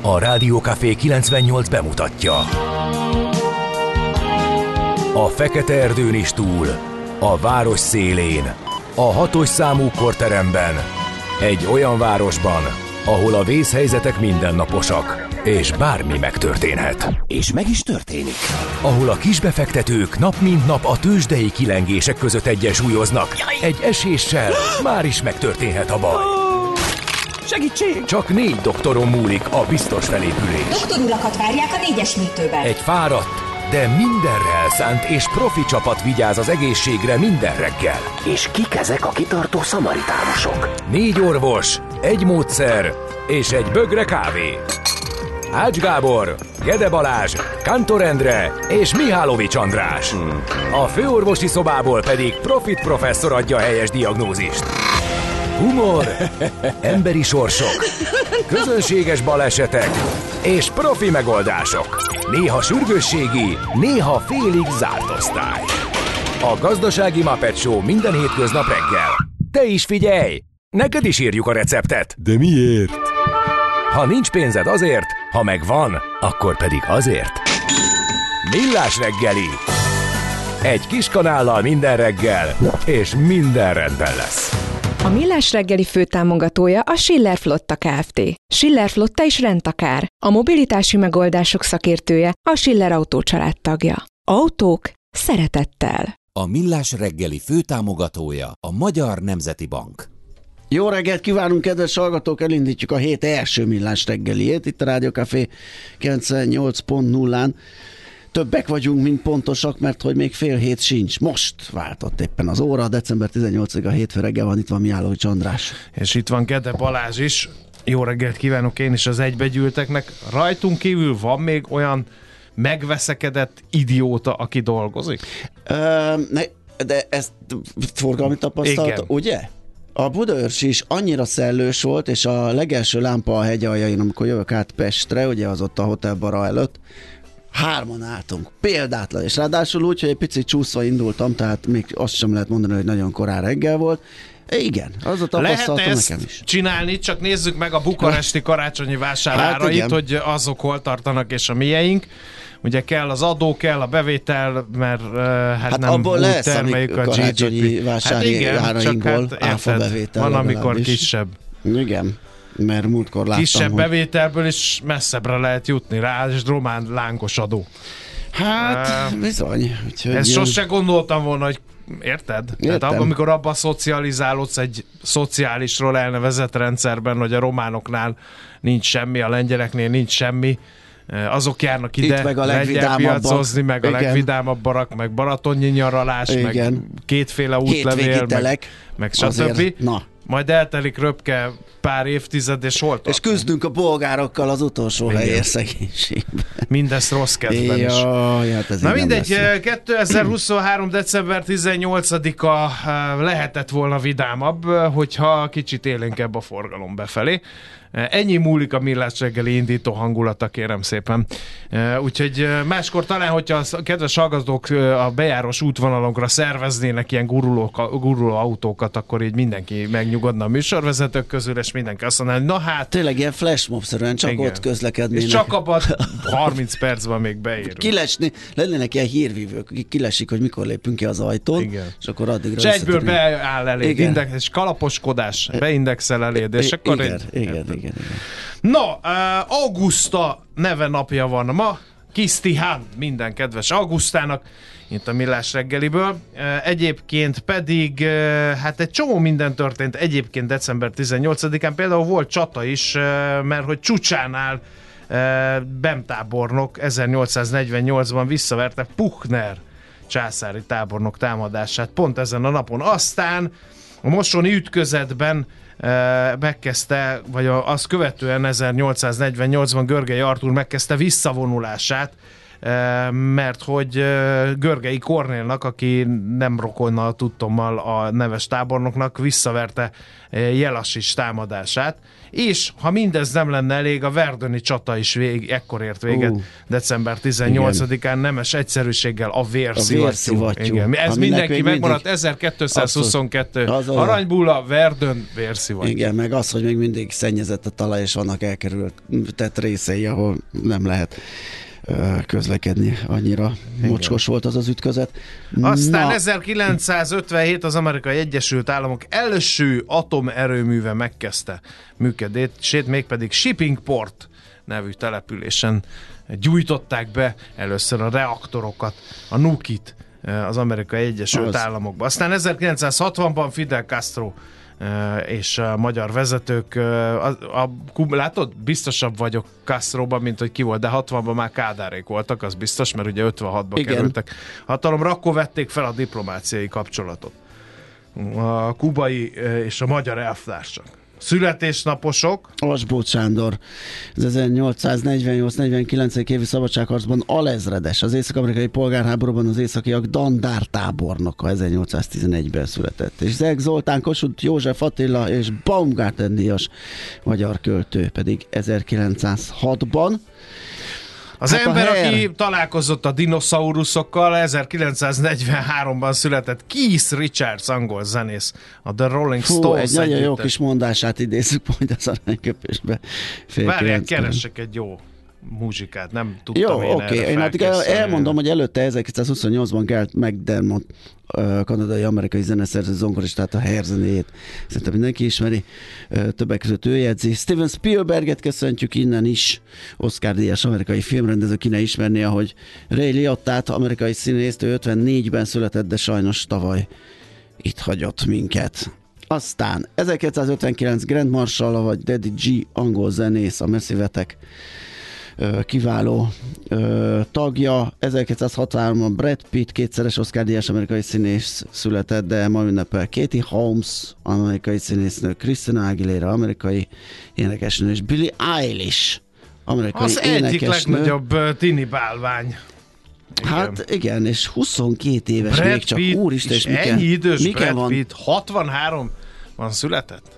A Rádió Café 98 bemutatja. A fekete erdőn is túl, a város szélén, a 6. számú korteremben, egy olyan városban, ahol a vészhelyzetek mindennaposak, és bármi megtörténhet. És meg is történik. Ahol a kisbefektetők nap mint nap a tőzsdei kilengések között egyensúlyoznak. Egy eséssel már is megtörténhet a baj. Segítség! Csak 4 doktoron múlik a biztos felépülés. Doktor urakat várják a 4-es műtőben. Egy fáradt, de mindenre elszánt és profi csapat vigyáz az egészségre minden reggel. És kik ezek a kitartó szamaritánusok? 4 orvos, egy módszer és egy bögre kávé. Ács Gábor, Gede Balázs, Kantor Endre és Mihálovics András. A főorvosi szobából pedig Profit professzor adja a helyes diagnózist. Humor, emberi sorsok, közönséges balesetek és profi megoldások. Néha sürgősségi, néha félig zárt osztály. A Gazdasági Muppet Show minden hétköznap reggel. Te is figyelj! Neked is írjuk a receptet. De miért? Ha nincs pénzed azért, ha megvan, akkor pedig azért. Millás reggeli. Egy kis kanállal minden reggel, és minden rendben lesz. A Millás reggeli főtámogatója a Schiller Flotta Kft. Schiller Flotta is rendtakár. A mobilitási megoldások szakértője, a Schiller Autó család tagja. Autók szeretettel. A Millás reggeli főtámogatója a Magyar Nemzeti Bank. Jó reggelt kívánunk, kedves hallgatók! Elindítjuk a hét első Millás reggeliét itt a Rádió Café 98.0-án. Többek vagyunk, mint pontosak, mert hogy még fél hét sincs. Most váltott éppen az óra, december 18-a hétfő reggel van, itt van Mihálovics András. És itt van Gede Balázs is. Jó reggelt kívánok én is az egybegyűlteknek. Rajtunk kívül van még olyan megveszekedett idióta, aki dolgozik? De ez forgalmi tapasztalat, ugye? A Budaörsi is annyira szellős volt, és a legelső lámpa a hegy aljain, amikor jövök át Pestre, ugye az ott a Hotel Bara előtt, 3-an álltunk. Példátlan. És ráadásul úgy, hogy egy picit csúszva indultam, tehát még azt sem lehet mondani, hogy nagyon korán reggel volt. Igen, az a tapasztalatom nekem is. Csinálni, csak nézzük meg a bukaresti karácsonyi vásárárait, hát hogy azok hol tartanak és a mieink. Ugye kell az adó, kell a bevétel, mert hát nem abból úgy lesz, termeljük a karácsonyi vásári árainkból áfa bevétel. Van, amikor kisebb. Igen, mert múltkor láttam, kisebb bevételből is messzebbre lehet jutni rá, és román lángos adó. Hát, bizony. Ezt sose gondoltam volna, hogy érted? Tehát amikor abban szocializálódsz egy szociálisról elnevezett rendszerben, hogy a románoknál nincs semmi, a lengyeleknél nincs semmi, azok járnak ide meg a lengyelpiacozni, meg a legvidámabb barak, meg baratonnyi nyaralás, igen, meg kétféle útlevél, meg stb. Majd eltelik röpke pár évtized, és hol tartunk? És küzdünk a bolgárokkal az utolsó helyért szegénységben. Mindezt rossz kedven is. Hát na mindegy, 2023. december 18-a lehetett volna vidámabb, hogyha kicsit élénkebb a forgalom befelé. Ennyi múlik a Millás reggeli indító hangulata, kérem szépen. Úgyhogy máskor talán, hogyha a kedves hallgatók a bejárós útvonalokra szerveznének ilyen guruló autókat, akkor így mindenki megnyugodna a műsorvezetők közül, és mindenki azt mondaná, na hát... Tényleg ilyen flashmob-szerűen csak igen, ott közlekednének. És csak abban 30 percben még beérünk. Kilesni, lennének ilyen hírvívők, akik kilesik, hogy mikor lépünk ki az ajtón, igen, és akkor addigra... És egyből beáll eléd, és kalaposkodás, beindexel eléd, és akkor... Igen. No, Augusta neve napja van ma, Kisztihán minden kedves Augustának, itt a Millás reggeliből. Egyébként pedig, hát egy csomó minden történt egyébként december 18-án, például volt csata is, mert hogy Csucsánál bemtábornok 1848-ban visszaverte Puchner császári tábornok támadását pont ezen a napon. Aztán a mosoni ütközetben megkezdte, vagy azt követően 1848-ban Görgei Artúr megkezdte visszavonulását, mert hogy Görgei Kornélnak, aki nem rokonna tudtommal a neves tábornoknak, visszaverte Jelasis támadását, és ha mindez nem lenne elég, a verdöni csata is ekkor ért véget, december 18-án, nemes egyszerűséggel a vérszivattyú. Igen. Ez mindenki megmaradt, 1222 aranybulla, Verdön, vérszivattyú. Igen, meg az, hogy még mindig szennyezett a talaj, és vannak elkerültett részei, ahol nem lehet közlekedni, annyira mocskos volt az ütközet. Aztán 1957 az Amerikai Egyesült Államok első atomerőműve megkezdte működését, mégpedig Shippingport nevű településen gyújtották be először a reaktorokat, a nukit az Amerikai Egyesült Államokba. Aztán 1960-ban Fidel Castro és a magyar vezetők, látod, biztosabb vagyok Castroban, mint hogy ki volt, de 60-ban már Kádárék voltak, az biztos, mert ugye 56-ban kerültek hatalomra, akkor vették fel a diplomáciai kapcsolatot. A kubai és a magyar elvtársak. Születésnaposok. Asbóth Sándor, az 1848-49. évi szabadságharcban alezredes, az észak-amerikai polgárháborúban az északiak dandártábornoka, 1811-ben született. És Zeg Zoltán, Kossuth József Attila és Baumgarten díjas magyar költő pedig 1906-ban. Az ember, aki találkozott a dinoszauruszokkal, 1943-ban született Keith Richards, angol zenész, a The Rolling Stones egy nagyon jó kis mondását idézzük majd az aranyköpésbe. Várjál, keressek egy jó muzsikát, nem tudtam én erre én elmondom, hogy előtte 1928-ban Gert McDermott, kanadai-amerikai zeneszerző zongoristát, a Hair zenéjét szerintem mindenki ismeri, többek között ő jegyzi. Steven Spielberget köszöntjük innen is, Oscar-díjas amerikai filmrendező, ki ne ismerné, ahogy Ray Liottát, amerikai színészt, ő 54-ben született, de sajnos tavaly itt hagyott minket. Aztán 1959 Grant Marshall, vagy Daddy G, angol zenész, a Massive kiváló tagja. 1963-ban Brad Pitt, kétszeres Oscar-díjas amerikai színész született, de ma ünnepel Katie Holmes, amerikai színésznő, Christina Aguilera, amerikai énekesnő, és Billie Eilish, amerikai az énekesnő. egyik legnagyobb tini bálvány. Hát igen, és 22 éves Brad még csak, Pitt, úristen, és ennyi idős Brad van? Pitt, 63 van született?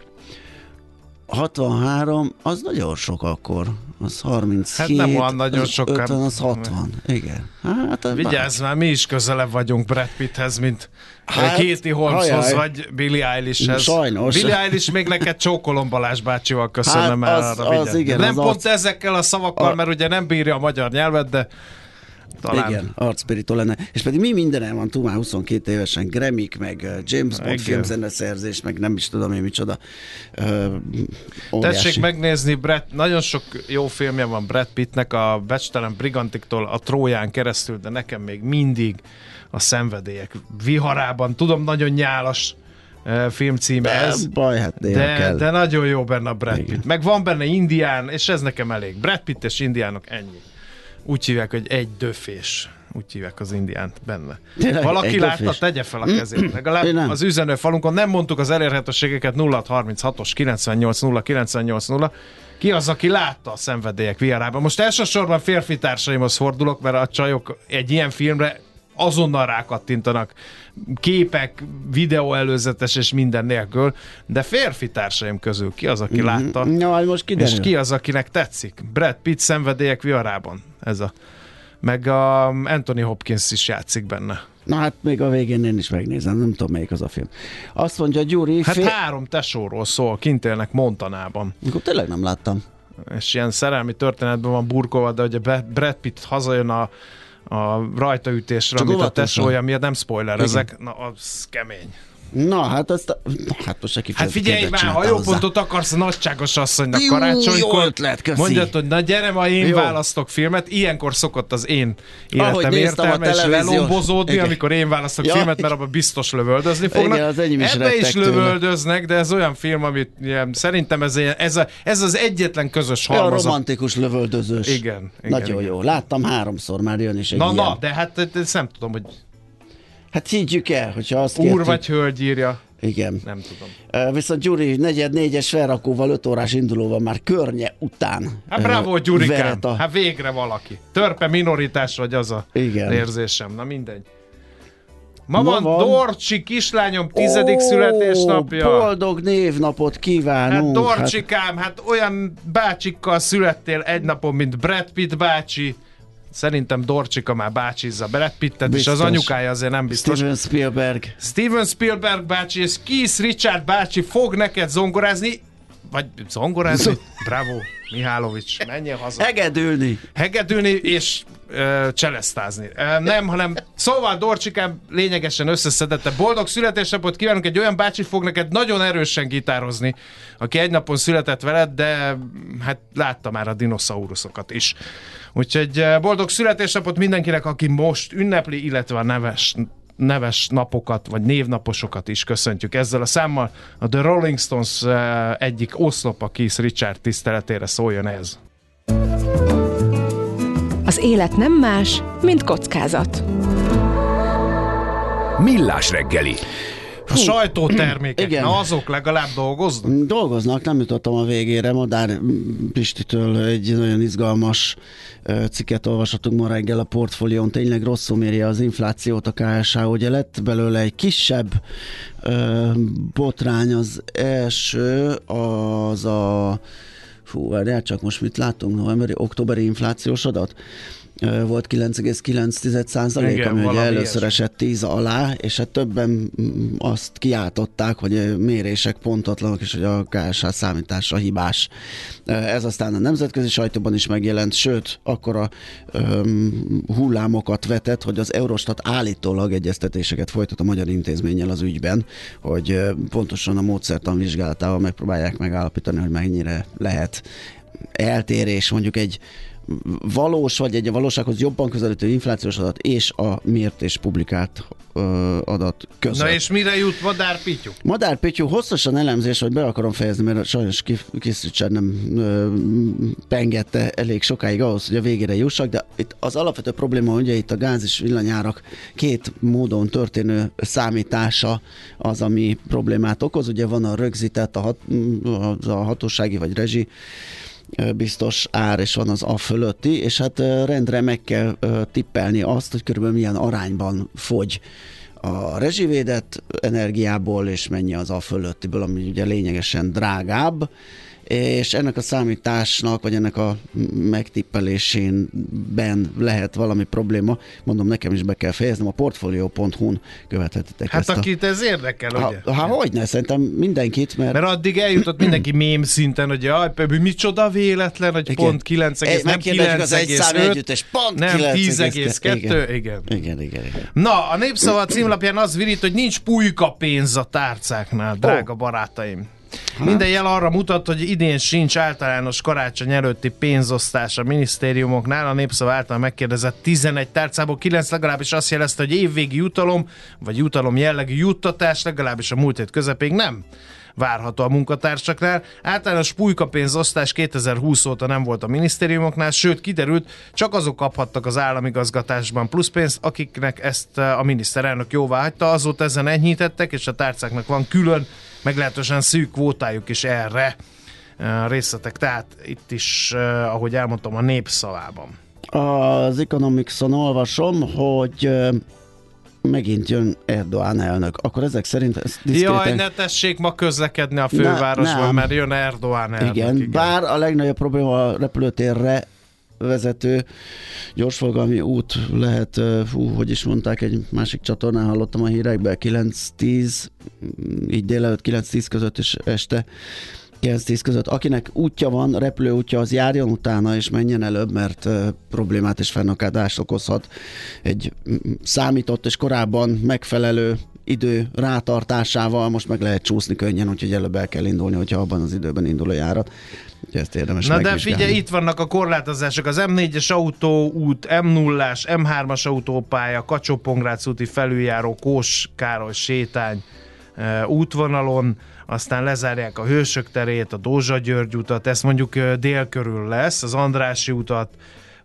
63, az nagyon sok akkor. Az 37. Hát nem van nagyon sok. 50, az 60. Igen. Hát, vigyázz már, mi is közelebb vagyunk Brad Pitthez, mint Katie Holmeshoz, vagy Billie Eilishhez. Sajnos. Billie Eilish még neked csókolom Balázs bácsival köszönöm el arra, nem pont ezekkel a szavakkal, mert ugye nem bírja a magyar nyelvet, de talán. Igen, arcspirító lenne. És pedig mi minden van, túl már 22 évesen, Grammyk, meg James Bond filmzeneszerzés, meg nem is tudom én micsoda. Tessék megnézni, nagyon sok jó filmje van Brad Pittnek, a Becstelen Brigantiktól a Tróján keresztül, de nekem még mindig a Szenvedélyek viharában. Tudom, nagyon nyálas filmcíme ez. Baj, hát de nagyon jó benne a Brad Pitt. Meg van benne indián, és ez nekem elég. Brad Pitt és indiánok, ennyi. Úgy hívják, hogy egy döfés. Úgy hívják az indiánt benne. Tényleg, valaki látta, tegye fel a kezét. Legalább az üzenőfalunkon nem mondtuk az elérhetőségeket, 0636-os 980980. Ki az, aki látta a Szenvedélyek viharában? Most elsősorban férfi társaimhoz fordulok, mert a csajok egy ilyen filmre azonnal rákattintanak, képek, videó előzetes és minden nélkül, de férfi társaim közül ki az, aki látta, most kiderül. És ki az, akinek tetszik? Brad Pitt Szenvedélyek viharában. Ez a. Meg a Anthony Hopkins is játszik benne. Na hát még a végén én is megnézem, nem tudom melyik az a film. Azt mondja Gyuri... Hát 3 tesóról szól, kint élnek Montanában. Akkor tényleg nem láttam. És ilyen szerelmi történetben van burkolva, de ugye Brad Pitt hazajön a rajtaütésre, csak amit a tesója miatt, nem spoiler, ezek, na az kemény. Na, hát azt most se hát figyelj már, ha jó pontot akarsz a nagyságos asszonynak karácsonykor, mondjad, hogy na gyere, ma én választok filmet, ilyenkor szokott az én életem értelme, és lelombozódni, amikor én választok filmet, mert abban biztos lövöldözni fognak. Ebbe is lövöldöznek, de ez olyan film, amit szerintem ez az egyetlen közös halmazat. Romantikus lövöldözős. Igen. Nagyon jó. Láttam 3-szor, már jön is egy Na, de hát ezt nem tudom, hogy hát higgyük el, hogyha azt kértük. Úr vagy hölgy írja. Igen. Nem tudom. Viszont Gyuri 4-4-es felrakóval, 5 órás indulóval már Környe után. Hát bravo, Gyurikám! Hát végre valaki. Törpe minoritás vagy az a érzésem. Na mindegy. Ma van Dorcsi kislányom 10. születésnapja. Boldog névnapot kívánunk. Hát Dorcsikám, hát olyan bácsikkal születtél egy napon, mint Brad Pitt bácsi. Szerintem Dorcsika már bácsizza Brad Pittet, és az anyukája azért nem biztos. Steven Spielberg bácsi és Keith Richard bácsi fog neked zongorázni, vagy zongorázni? Bravo, Mihálovics, menjél haza. Hegedülni és cselesztázni. Nem, hanem szóval Dorcsikám lényegesen összeszedette. Boldog születésnapot kívánunk, egy olyan bácsi fog neked nagyon erősen gitározni, aki egy napon született veled, de hát látta már a dinoszauruszokat is. Úgyhogy boldog születésnapot mindenkinek, aki most ünnepli, illetve a neves napokat, vagy névnaposokat is köszöntjük ezzel a számmal. A The Rolling Stones egyik oszlopa Keith Richard tiszteletére szóljon ez. Az élet nem más, mint kockázat. Millás reggeli. A sajtótermékek, na azok legalább dolgoznak? Dolgoznak, nem jutottam a végére. Madár Pistitől egy nagyon izgalmas cikket olvashatunk ma reggel a Portfólión. Tényleg rosszul mérje az inflációt a KSH, ugye lett belőle egy kisebb botrány. Az első az a várjál, csak most mit látunk, októberi inflációs adat volt 9,9%, ami ugye először esett 10 alá, és hát többen azt kiáltották, hogy mérések pontatlanok, és hogy a KSH számítása hibás. Ez aztán a nemzetközi sajtóban is megjelent, sőt, akkora hullámokat vetett, hogy az Eurostat állítólag egyeztetéseket folytat a magyar intézménnyel az ügyben, hogy pontosan a módszertan vizsgálatával megpróbálják megállapítani, hogy mennyire lehet eltérés mondjuk egy valós, vagy egy a valósághoz jobban közelítő inflációs adat és a mért és publikált adat között. Na és mire jut Madár Pityu? Madár Pityu hosszasan elemzés, hogy be akarom fejezni, mert sajnos Keith Richard nem pengette elég sokáig ahhoz, hogy a végére jussak, de itt az alapvető probléma, ugye itt a gáz és villanyárak két módon történő számítása az, ami problémát okoz. Ugye van a rögzített, a hatósági vagy rezsi biztos ár, és van az a fölötti, és hát rendre meg kell tippelni azt, hogy körülbelül milyen arányban fogy a rezsivédett energiából, és mennyi az a fölöttiből, ami ugye lényegesen drágább, és ennek a számításnak, vagy ennek a megtippelésében lehet valami probléma. Mondom, nekem is be kell fejeznem, a portfolio.hu-n követhetitek hát ezt. Hát akit ez érdekel, ugye? Hogyne, szerintem mindenkit, mert addig eljutott mindenki mém szinten, hogy jaj, micsoda véletlen, hogy igen. Pont 9, nem 9,5, nem 10,2, igen. Na, a Népszava címlapján az virít, hogy nincs pulyka pénz a tárcáknál, drága barátaim. Minden jel arra mutat, hogy idén sincs általános karácsony előtti pénzosztás a minisztériumoknál. A Népszava által megkérdezett 11 tárcából 9 legalábbis azt jelezte, hogy évvégi jutalom, vagy jutalom jellegű juttatás legalábbis a múlt hét közepéig nem várható a munkatársaknál. Általános pulykapénzosztás 2020 óta nem volt a minisztériumoknál, sőt kiderült, csak azok kaphattak az államigazgatásban pluszpénzt, akiknek ezt a miniszterelnök jóvá hagyta. Azóta ezen enyhítettek, és a tárcáknak van külön, meglehetősen szűk kvótájuk is erre. Részletek, tehát itt is, ahogy elmondtam, a Népszavában. Az Economics-on olvasom, hogy megint jön Erdoğan elnök. Akkor ezek szerint Jaj, ne tessék ma közlekedni a fővárosban, mert jön Erdoğan elnök. Igen, bár a legnagyobb probléma a repülőtérre vezető gyorsforgalmi út lehet, hogy is mondták, egy másik csatornán hallottam a hírekben, 9-10, így délelőtt 9-10 között és este 9-10 között. Akinek útja van, repülőútja, az járjon utána és menjen előbb, mert problémát és fennakadást okozhat egy számított és korábban megfelelő idő rátartásával. Most meg lehet csúszni könnyen, úgyhogy előbb el kell indulni, hogyha abban az időben indul a járat. Ezt érdemes megvizsgálni. De figyelj, itt vannak a korlátozások. Az M4-es autóút, M0-as, M3-as autópálya, Kacsó-Pongrác úti felüljáró, Kós Károly sétány útvonalon, aztán lezárják a Hősök terét, a Dózsa György utat, ez mondjuk dél körül lesz, az Andrássy utat,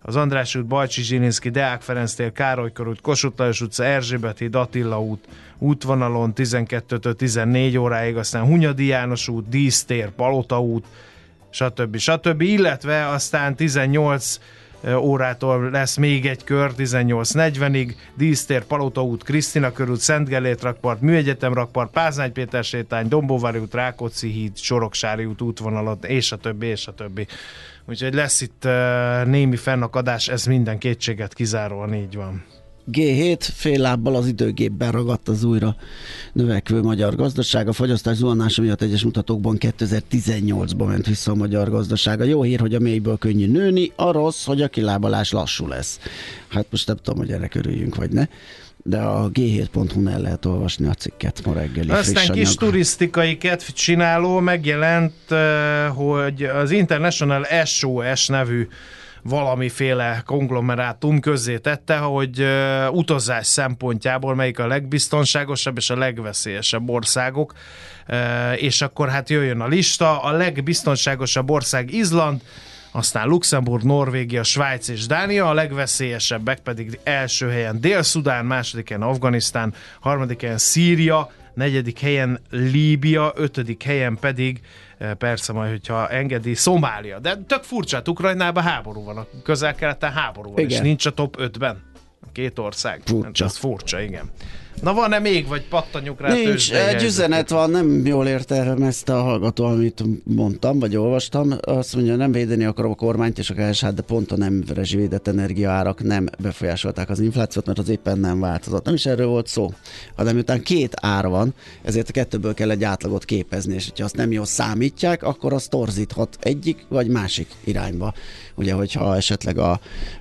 az András út, Bajcsi Zsilinszky, Deák Ferenc tér, Károly körút, Kossuth Lajos utca, Erzsébet híd, Attila út útvonalon 12-től 14 óráig, aztán Hunyadi János út, Dísztér, Palota út, stb. Illetve aztán 18 órától lesz még egy kör, 18:40-ig, Dísztér, Palota út, Krisztina körút, Szent Gellért rakpart, Műegyetem rakpart, Pázmány Péter sétány, Dombóvári út, Rákóczi híd, Soroksári út útvonalat, és a többi. Úgyhogy lesz itt némi fennakadás, ez minden kétséget kizáróan így van. G7 fél lábbal az időgépben ragadt az újra növekvő magyar gazdaság. A fogyasztás zuhanása miatt egyes mutatókban 2018-ban ment vissza a magyar gazdaság. A jó hír, hogy a mélyből könnyű nőni, a rossz, hogy a kilábalás lassú lesz. Hát most nem tudom, hogy ennek örüljünk, vagy ne. De a g7.hu-n el lehet olvasni a cikket ma reggeli friss anyag. Aztán kis turisztikai kedvcsináló megjelent, hogy az International SOS nevű valamiféle konglomerátum közzétette, hogy utazás szempontjából melyik a legbiztonságosabb és a legveszélyesebb országok, és akkor hát jöjjön a lista. A legbiztonságosabb ország Izland, aztán Luxemburg, Norvégia, Svájc és Dánia, a legveszélyesebbek pedig első helyen Dél-Szudán, második helyen Afganisztán, harmadik helyen Szíria, negyedik helyen Líbia, ötödik helyen pedig persze majd, hogyha engedi, Szomália. De tök furcsa, Ukrajnában háború van, a Közel-Keleten háború van, és nincs a top 5-ben a két ország. Furcsa. Ez furcsa, igen. Na van-e még, vagy pattanjuk rá? Nincs, egy üzenet van, nem jól értem ezt a hallgató, amit mondtam, vagy olvastam. Azt mondja, nem védeni akarom a kormányt és a KSH, de pont a nem rezsivédett energiaárak nem befolyásolták az inflációt, mert az éppen nem változott. Nem is erről volt szó, hanem miután két ár van, ezért a kettőből kell egy átlagot képezni, és hogyha azt nem jól számítják, akkor az torzíthat egyik vagy másik irányba. Ugye, hogyha esetleg a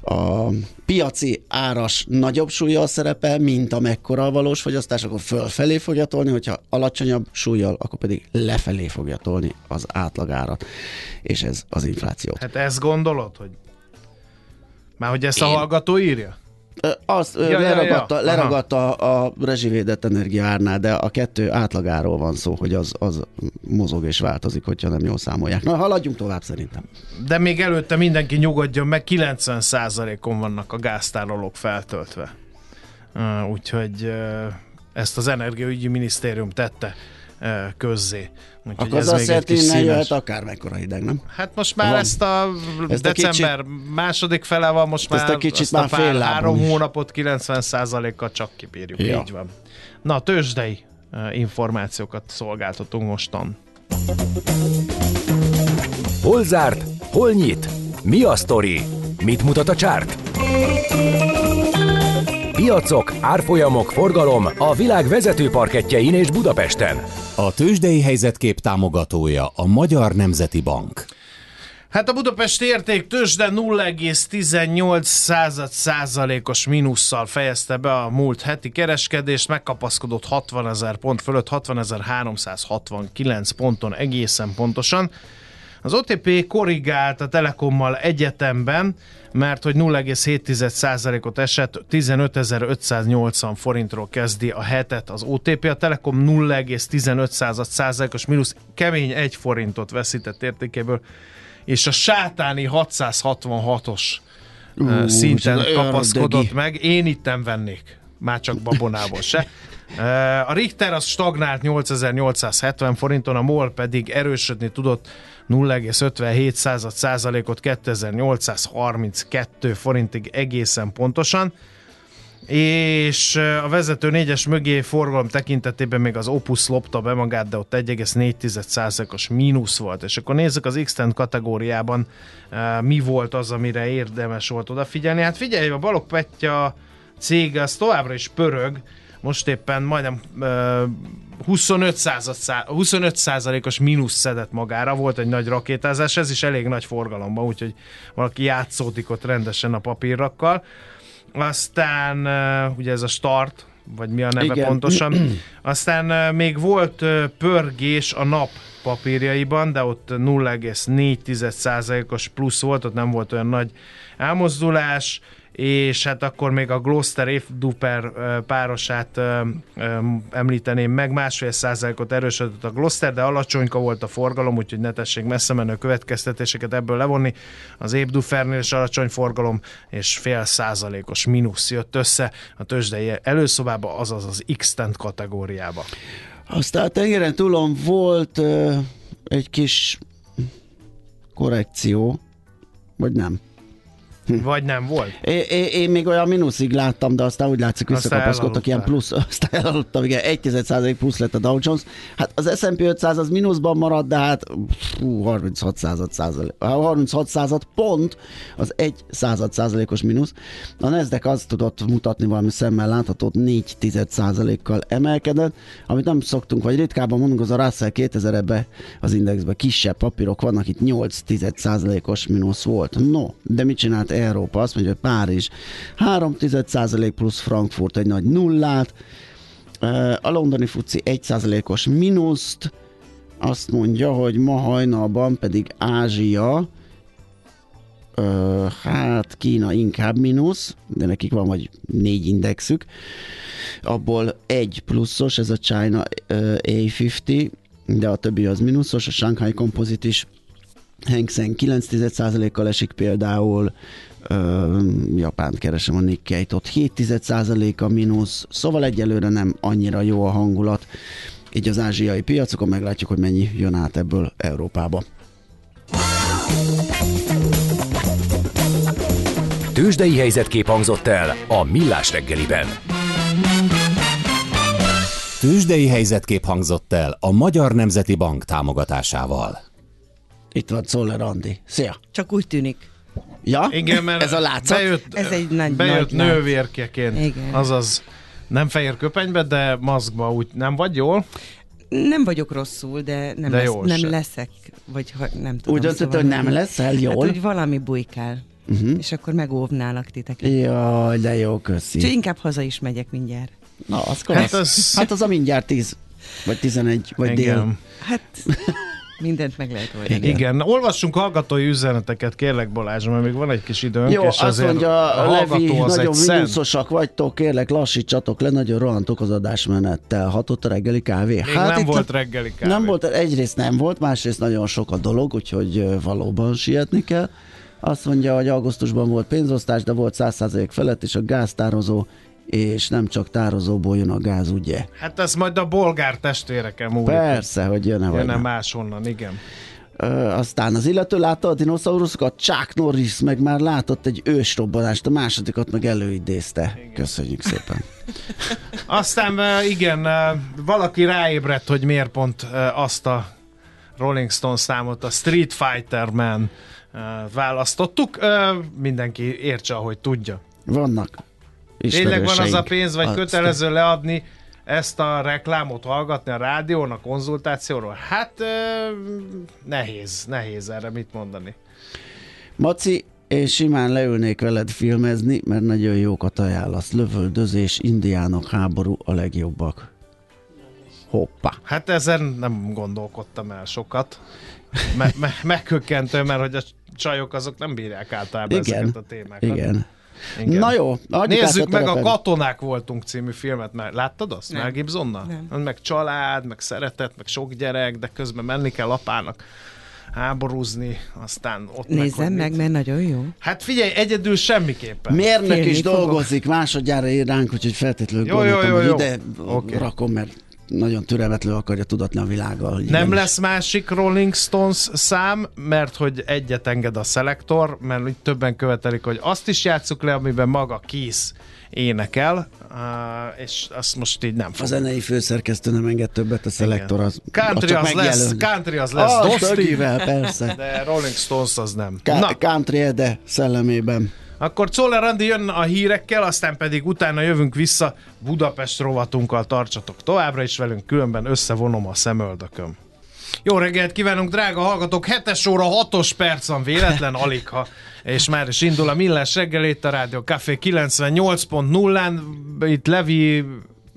piaci áras nagyobb súllyal szerepel, mint amekkora a valós fogyasztás, akkor fölfelé fogja tolni, hogyha alacsonyabb súllyal, akkor pedig lefelé fogja tolni az átlagárat. És ez az infláció. Hát ezt gondolod, hogy már hogy ezt a hallgató írja? Azt leragadt a rezsivédett energiaárnál, de a kettő átlagáról van szó, hogy az mozog és változik, hogyha nem jól számolják. Na, haladjunk tovább szerintem. De még előtte mindenki nyugodjon meg, 90%-on vannak a gáztárolók feltöltve. Úgyhogy ezt az Energiaügyi Minisztérium tette közzé. Úgyhogy akkor az azt jelenti, hogy innen jöhet akármekkora hideg, nem? Hát most már van. ezt december második fele van, most már azt a pár 3 hónapot 90%-kal csak kibírjuk. Ja. Így van. Na, tőzsdei információkat szolgáltatunk mostan. Hol zárt? Hol nyit? Mi a sztori? Mit mutat a csárt? Piacok, árfolyamok, forgalom a világ vezető parkettjein és Budapesten. A tőzsdei helyzetkép támogatója a Magyar Nemzeti Bank. Hát a budapesti értéktőzsde 0,18%-os mínusszal fejezte be a múlt heti kereskedést, megkapaszkodott 60 000 pont fölött, 60.369 ponton egészen pontosan. Az OTP korrigált a Telekommal egyetemben, mert hogy 0,7%-ot esett, 15.580 forintról kezdi a hetet az OTP, a Telekom 0,15%-os mínusz, kemény 1 forintot veszített értékéből, és a sátáni 666-os szinten kapaszkodott meg. Én itten vennék, már csak babonából se. A Richter az stagnált 8870 forinton, a MOL pedig erősödni tudott 0,57%-ot 2832 forintig egészen pontosan, és a vezető négyes mögé forgalom tekintetében még az Opus lopta be magát, de ott 1,4%-os mínusz volt. És akkor nézzük az X-Tent kategóriában mi volt az, amire érdemes volt odafigyelni. Hát figyelj, a Balogh Petya cég az továbbra is pörög, most éppen majdnem 25%-os mínusz szedett magára, volt egy nagy rakétázás, ez is elég nagy forgalomban, úgyhogy valaki játszódik ott rendesen a papírrakkal. Aztán ugye ez a Start, vagy mi a neve pontosan, aztán még volt pörgés a NAP papírjaiban, de ott 0,4%-os plusz volt, ott nem volt olyan nagy elmozdulás, és hát akkor még a Gloster Évduper párosát említeném meg, 1,5%-ot erősödött a Gloster, de alacsonyka volt a forgalom, úgyhogy ne tessék messze menő következtetéseket ebből levonni. Az Évdufernél is alacsony forgalom, és 0,5%-os mínusz jött össze a tőzsdei előszobába, azaz az X-Tent kategóriába. Aztán a tengeren túlon volt egy kis korrekció, vagy nem? Vagy nem volt? Én még olyan mínuszig láttam, de aztán úgy látszik visszakapaszkodtak ilyen plusz, aztán elaludtam, igen, 1% plusz lett a Dow Jones. Hát az S&P 500 az mínuszban maradt, de hát 36 pont, az 1%-os mínusz. A Nasdaq azt tudott mutatni valami szemmel látható, 4%-kal emelkedett, amit nem szoktunk, vagy ritkában mondunk, az a Russell 2000-be az indexben kisebb papírok vannak, itt 8%-os mínusz volt. No, de mit csinált Európa? Azt mondja, hogy Párizs 3% plusz, Frankfurt egy nagy nullát, a londoni FTSE 1%-os mínuszt, azt mondja, hogy ma hajnalban pedig Ázsia, hát Kína inkább mínusz, de nekik van vagy 4 indexük, abból egy pluszos, ez a China A50, de a többi az mínuszos, a Shanghai Composite is Hang Seng 9%-kal esik például, Japánt keresem, a Nikkei-t, ott 7% mínusz, szóval egyelőre nem annyira jó a hangulat, így az ázsiai piacokon meglátjuk, hogy mennyi jön át ebből Európába. Tőzsdei helyzetkép hangzott el a Millás reggeliben. Tőzsdei helyzetkép hangzott el a Magyar Nemzeti Bank támogatásával. Itt van Czoller Andi. Szia! Csak úgy tűnik. Ja? Igen, mert ez a látszat? Ez egy nagy nővérkeként. Igen. Azaz nem fehér köpenybe, de maszkba úgy nem vagy jól? Nem vagyok rosszul, de nem leszek. Vagy nem tudom. Úgy döntött, hogy nem leszel jól? Hát, hogy valami bujkál. És akkor megóvnálak titeket. Jaj, de jó, köszi. Úgyhogy inkább haza is megyek mindjárt. Na, hát az a mindjárt 10, vagy 11, vagy igen. dél. Hát mindent meg lehet oldani. Igen. Olvassunk hallgatói üzeneteket, kérlek Balázs, mert még van egy kis időnk. Jó, és azt mondja, a Levi, nagyon szent. minuszosak vagytok, kérlek lassítsatok le, nagyon rohantok az adásmenettel. Hatott a reggeli kávé? Még hát nem volt reggeli kávé. Nem volt, egyrészt nem volt, másrészt nagyon sok a dolog, úgyhogy valóban sietni kell. Azt mondja, hogy augusztusban volt pénzosztás, de volt 100% felett, és a gáztározó, és nem csak tározóból jön a gáz, ugye? Hát ez majd a bolgár testvéreken múlik. Persze, hogy jön-e vagy nem. Máshonnan, igen. Aztán az illető látta a dinoszauruszokat, Chuck Norris meg már látott egy ősrobbanást, a másodikat meg előidézte. Igen. Köszönjük szépen. Aztán igen, valaki ráébredt, hogy miért pont azt a Rolling Stone számot, a Street Fighter Man választottuk. Mindenki értse, ahogy tudja. Vannak. Tényleg van az a pénz, vagy kötelező leadni ezt a reklámot, hallgatni a rádión, a konzultációról? Hát nehéz erre mit mondani. Maci, én simán leülnék veled filmezni, mert nagyon jókat ajánlasz. Lövöldözés, indiánok, háború a legjobbak. Hoppá. Hát ezen nem gondolkodtam el sokat. Megkökkentő, mert hogy a csajok azok nem bírják általában ezeket a témákat. Igen. Na jó. Nézzük meg a Katonák voltunk című filmet. Láttad azt? Mel Gibsonnal? Nem. Meg család, meg szeretet, meg sok gyerek, de közben menni kell apának háborúzni, aztán ott nézzem meg, mert nagyon jó. Hát figyelj, egyedül semmiképpen. Mérnök is dolgozik, másodjára ír ránk, úgyhogy feltétlenül gondoltam, hogy ide rakom, mert nagyon türelmetlenül akarja tudatni a világgal. Nem lesz másik Rolling Stones szám, mert hogy egyet enged a szelektor, mert többen követelik, hogy azt is játsszuk le, amiben maga Kiss énekel, és azt most így nem fog. A zenei főszerkesztő nem enged többet, a szelektor az Country az lesz Dostivel, persze. De Rolling Stones az nem. Country de szellemében. Akkor Czoller Andi jön a hírekkel, aztán pedig utána jövünk vissza Budapest rovatunkkal, tartsatok továbbra is velünk, különben összevonom a szemöldököm. Jó reggelt kívánunk, drága hallgatók! 7 óra 6 perc van, véletlen aligha, és már is indul a Millás reggel, itt a Rádió Café 98.0-án, itt Levi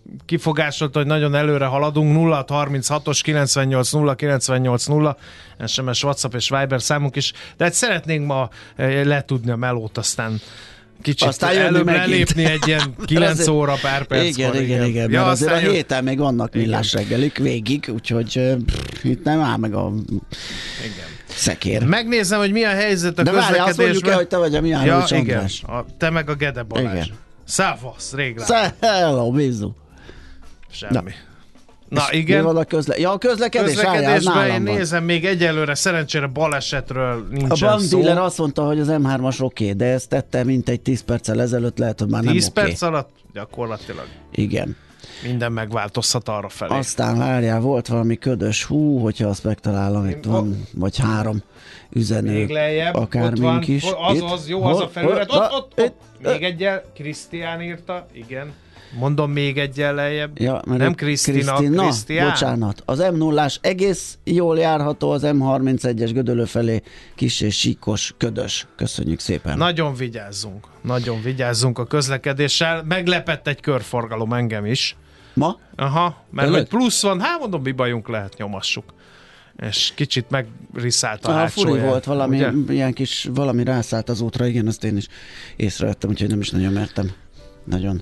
kifogásolta, hogy nagyon előre haladunk, 0636-os 980980, SMS, WhatsApp és Viber számunk is, de hát szeretnénk ma letudni a melót, aztán kicsit előbb lelépni egy ilyen 9 óra pár perc. Igen. Ja, azért a héten még vannak millás reggelik végig, úgyhogy itt nem áll meg a szekér. Megnézem, hogy mi a helyzet a közlekedésben. De várj, azt mondjuk el, hogy te vagy a Mihálovics András. Te meg a Gede Balázs. Szávasz, rég Hello, bizu. Semmi. Na igen. Mi van a a közlekedésben én nézem, még egyelőre szerencsére balesetről nincsen szó. A bankdíler azt mondta, hogy az M3-as oké, de ezt tette mintegy 10 perccel ezelőtt, lehet, hogy már nem 10 perc alatt gyakorlatilag. Igen. Minden megváltozhat arra felé. Aztán várjál, volt valami ködös, hogyha azt megtalálom, itt van, vagy 3 üzenő. Még lejjebb, akármink is. Az jó, az a felület. Ott. Még egyel, Krisztián írta, igen. Mondom még egyel lejjebb. Ja, nem Krisztián. Bocsánat. Az M0-ás egész jól járható, az M31-es Gödöllő felé kis és síkos, ködös. Köszönjük szépen. Nagyon vigyázzunk a közlekedéssel. Meglepett egy körforgalom engem is. Ma? Aha, mert hogy plusz van, mondom, mi bajunk lehet, nyomassuk. És kicsit megriszált a hátsóját. Furi volt valami, ilyen kis, valami rászállt az útra, igen, azt én is észrevettem, úgyhogy nem is nagyon mertem. Nagyon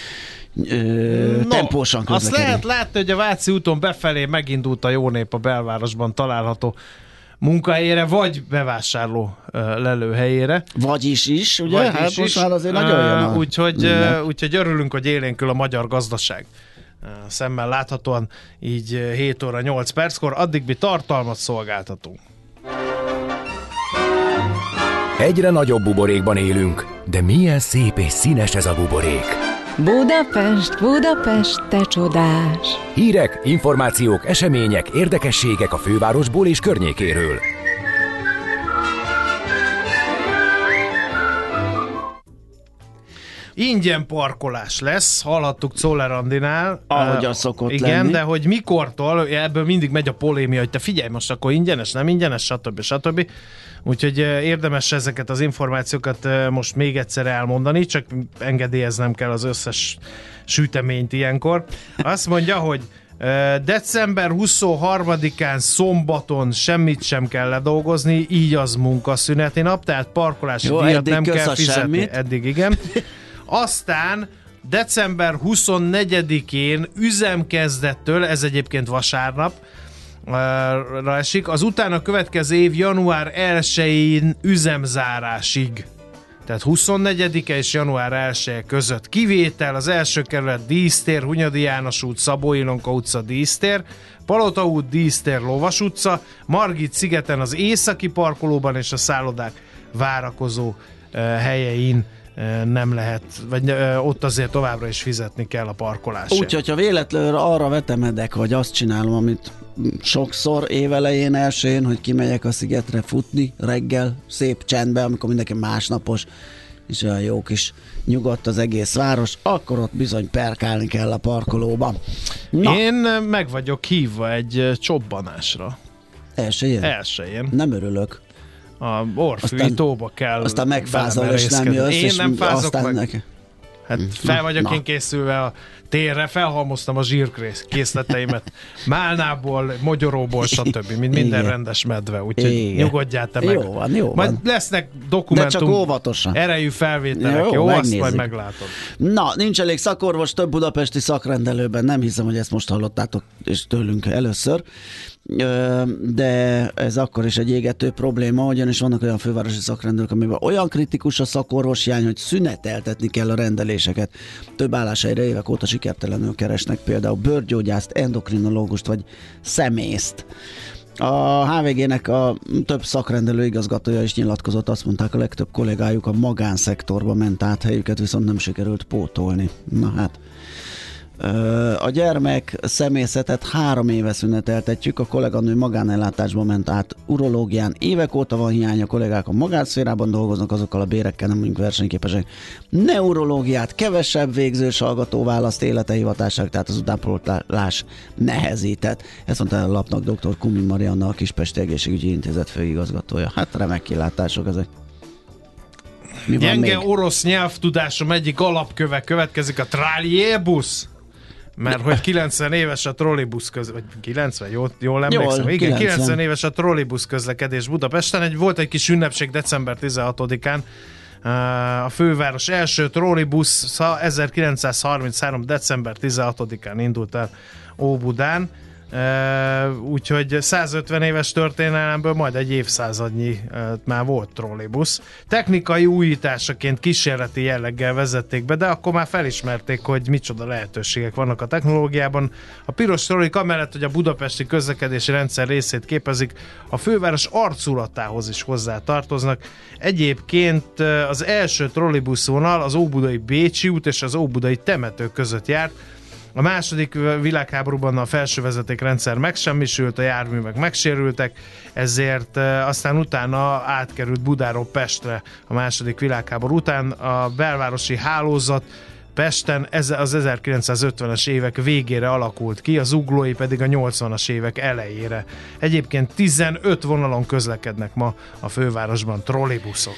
tempósan közlekedni. Azt lehet látni, hogy a Váci úton befelé megindult a Jónép a belvárosban található munkahelyére, vagy bevásárló lelőhelyére. Vagyis, ugye? Hát most már azért nagyon jön úgyhogy örülünk, hogy élénkül a magyar gazdaság. Szemmel láthatóan így 7 óra 8 perckor, addig mi tartalmat szolgáltatunk. Egyre nagyobb buborékban élünk, de milyen szép és színes ez a buborék. Budapest, Budapest, te csodás! Hírek, információk, események, érdekességek a fővárosból és környékéről. Ingyen parkolás lesz, hallhattuk Czoller Andinál. Ahogy az szokott lenni. Igen, de hogy mikortól, ebből mindig megy a polémia, hogy te figyelj, most akkor ingyenes, nem ingyenes, stb. Úgyhogy érdemes ezeket az információkat most még egyszer elmondani, csak engedélyeznem kell az összes süteményt ilyenkor. Azt mondja, hogy december 23-án szombaton semmit sem kell ledolgozni, így az munkaszüneti nap, tehát parkolási díjat nem kell fizetni. Semmit. Eddig igen. Aztán december 24-én üzemkezdettől, ez egyébként vasárnap, esik, az utána következő év január 1-én üzemzárásig. Tehát 24-e és január 1-e között. Kivétel az első kerület Dísztér, Hunyadi János út, Szabó Ilonka utca Dísztér, Palota út, Dísztér, Lovas utca, Margit szigeten az északi parkolóban és a szállodák várakozó helyein nem lehet, vagy ott azért továbbra is fizetni kell a parkolásért. Úgyhogy ha véletlenül arra vetemedek, hogy azt csinálom, amit sokszor évelején, elsőjén, hogy kimegyek a szigetre futni reggel, szép csendben, amikor mindenki másnapos, és olyan jó kis nyugodt az egész város, akkor ott bizony perkálni kell a parkolóban. Na. Én meg vagyok hívva egy csobbanásra. Elsőjén. Nem örülök. A orfűítóba kell. Aztán megfázol, és nem jössz. Én nem fázok meg. Neki. Hát fel vagyok én készülve a térre, felhalmoztam a zsírkészleteimet. Málnából, mogyoróból, stb. Mint minden rendes medve, úgyhogy nyugodjál te meg. Jó van. Majd lesznek dokumentum erejű felvételek, jó? Azt majd meglátod. Na, nincs elég szakorvos, több budapesti szakrendelőben, nem hiszem, hogy ezt most hallottátok, és tőlünk először. De ez akkor is egy égető probléma, ugyanis vannak olyan fővárosi szakrendelők, amiben olyan kritikus a szakorvos hiány, hogy szüneteltetni kell a rendeléseket. Több álláshelyre évek óta sikertelenül keresnek, például bőrgyógyászt, endokrinológust vagy szemészt. A HVG-nek a több szakrendelő igazgatója is nyilatkozott, azt mondták, a legtöbb kollégájuk a magánszektorba ment át, helyüket viszont nem sikerült pótolni. Na hát. A gyermek szemészetet 3 éve szüneteltetjük, a kolléganő magánellátásba ment át urológián, évek óta van hiány, a kollégák a magánszférában dolgoznak, azokkal a bérekkel nem vagyunk versenyképesek. Neurológiát kevesebb végzős hallgató választ élete hivatásák, tehát az utánpótlás nehezített. Ezt mondta a lapnak dr. Kumi Marianna, a Kispesti Egészségügyi Intézet főigazgatója. Hát remek kilátások ezek. Gyenge orosz nyelvtudásom egyik alapköve következik, a trálliébus. Mert hogy 90 éves a trollibusz vagy 90, jól emlékszem? Igen, 90 éves a trollibusz közlekedés Budapesten. Volt egy kis ünnepség december 16-án. A főváros első trollibusza 1933. december 16-án indult el Óbudán. Úgyhogy 150 éves történelemből majd egy évszázadnyi már volt trollibusz. Technikai újításaként kísérleti jelleggel vezették be, de akkor már felismerték, hogy micsoda lehetőségek vannak a technológiában. A piros trollik amellett, hogy a budapesti közlekedési rendszer részét képezik, a főváros arculatához is hozzá tartoznak. Egyébként az első trollibuszvonal az óbudai Bécsi út és az óbudai temető között járt. A második világháborúban a felsővezetékrendszer megsemmisült, a járművek megsérültek, ezért aztán utána átkerült Budáról Pestre a második világháború után. A belvárosi hálózat Pesten az 1950-es évek végére alakult ki, az zuglói pedig a 80-as évek elejére. Egyébként 15 vonalon közlekednek ma a fővárosban trollibuszok.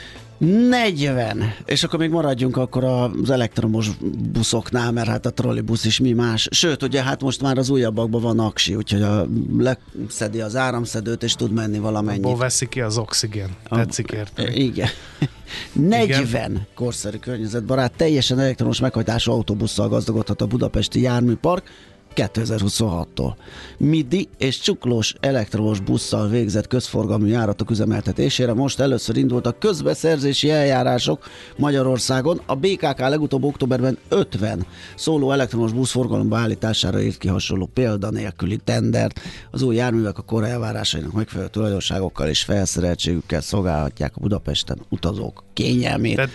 40. És akkor még maradjunk akkor az elektromos buszoknál, mert hát a trollibusz is mi más. Sőt, ugye hát most már az újabbakban van aksi, úgyhogy leszedi az áramszedőt, és tud menni valamennyit. Abból veszi ki az oxigén. Tetszik érteni. Igen. 40 igen. Korszerű környezetbarát, teljesen elektromos meghajtású autóbusszal gazdagodhat a budapesti járműpark 2026-tól. Midi és csuklós elektromos busszal végzett közforgalmú járatok üzemeltetésére most először indultak közbeszerzési eljárások Magyarországon. A BKK legutóbb októberben 50 szóló elektromos buszforgalomba állítására írt ki hasonló példanélküli tendert. Az új járművek a kor elvárásainak megfelelő tulajdonságokkal és felszereltségükkel szolgálhatják a Budapesten utazók kényelmét.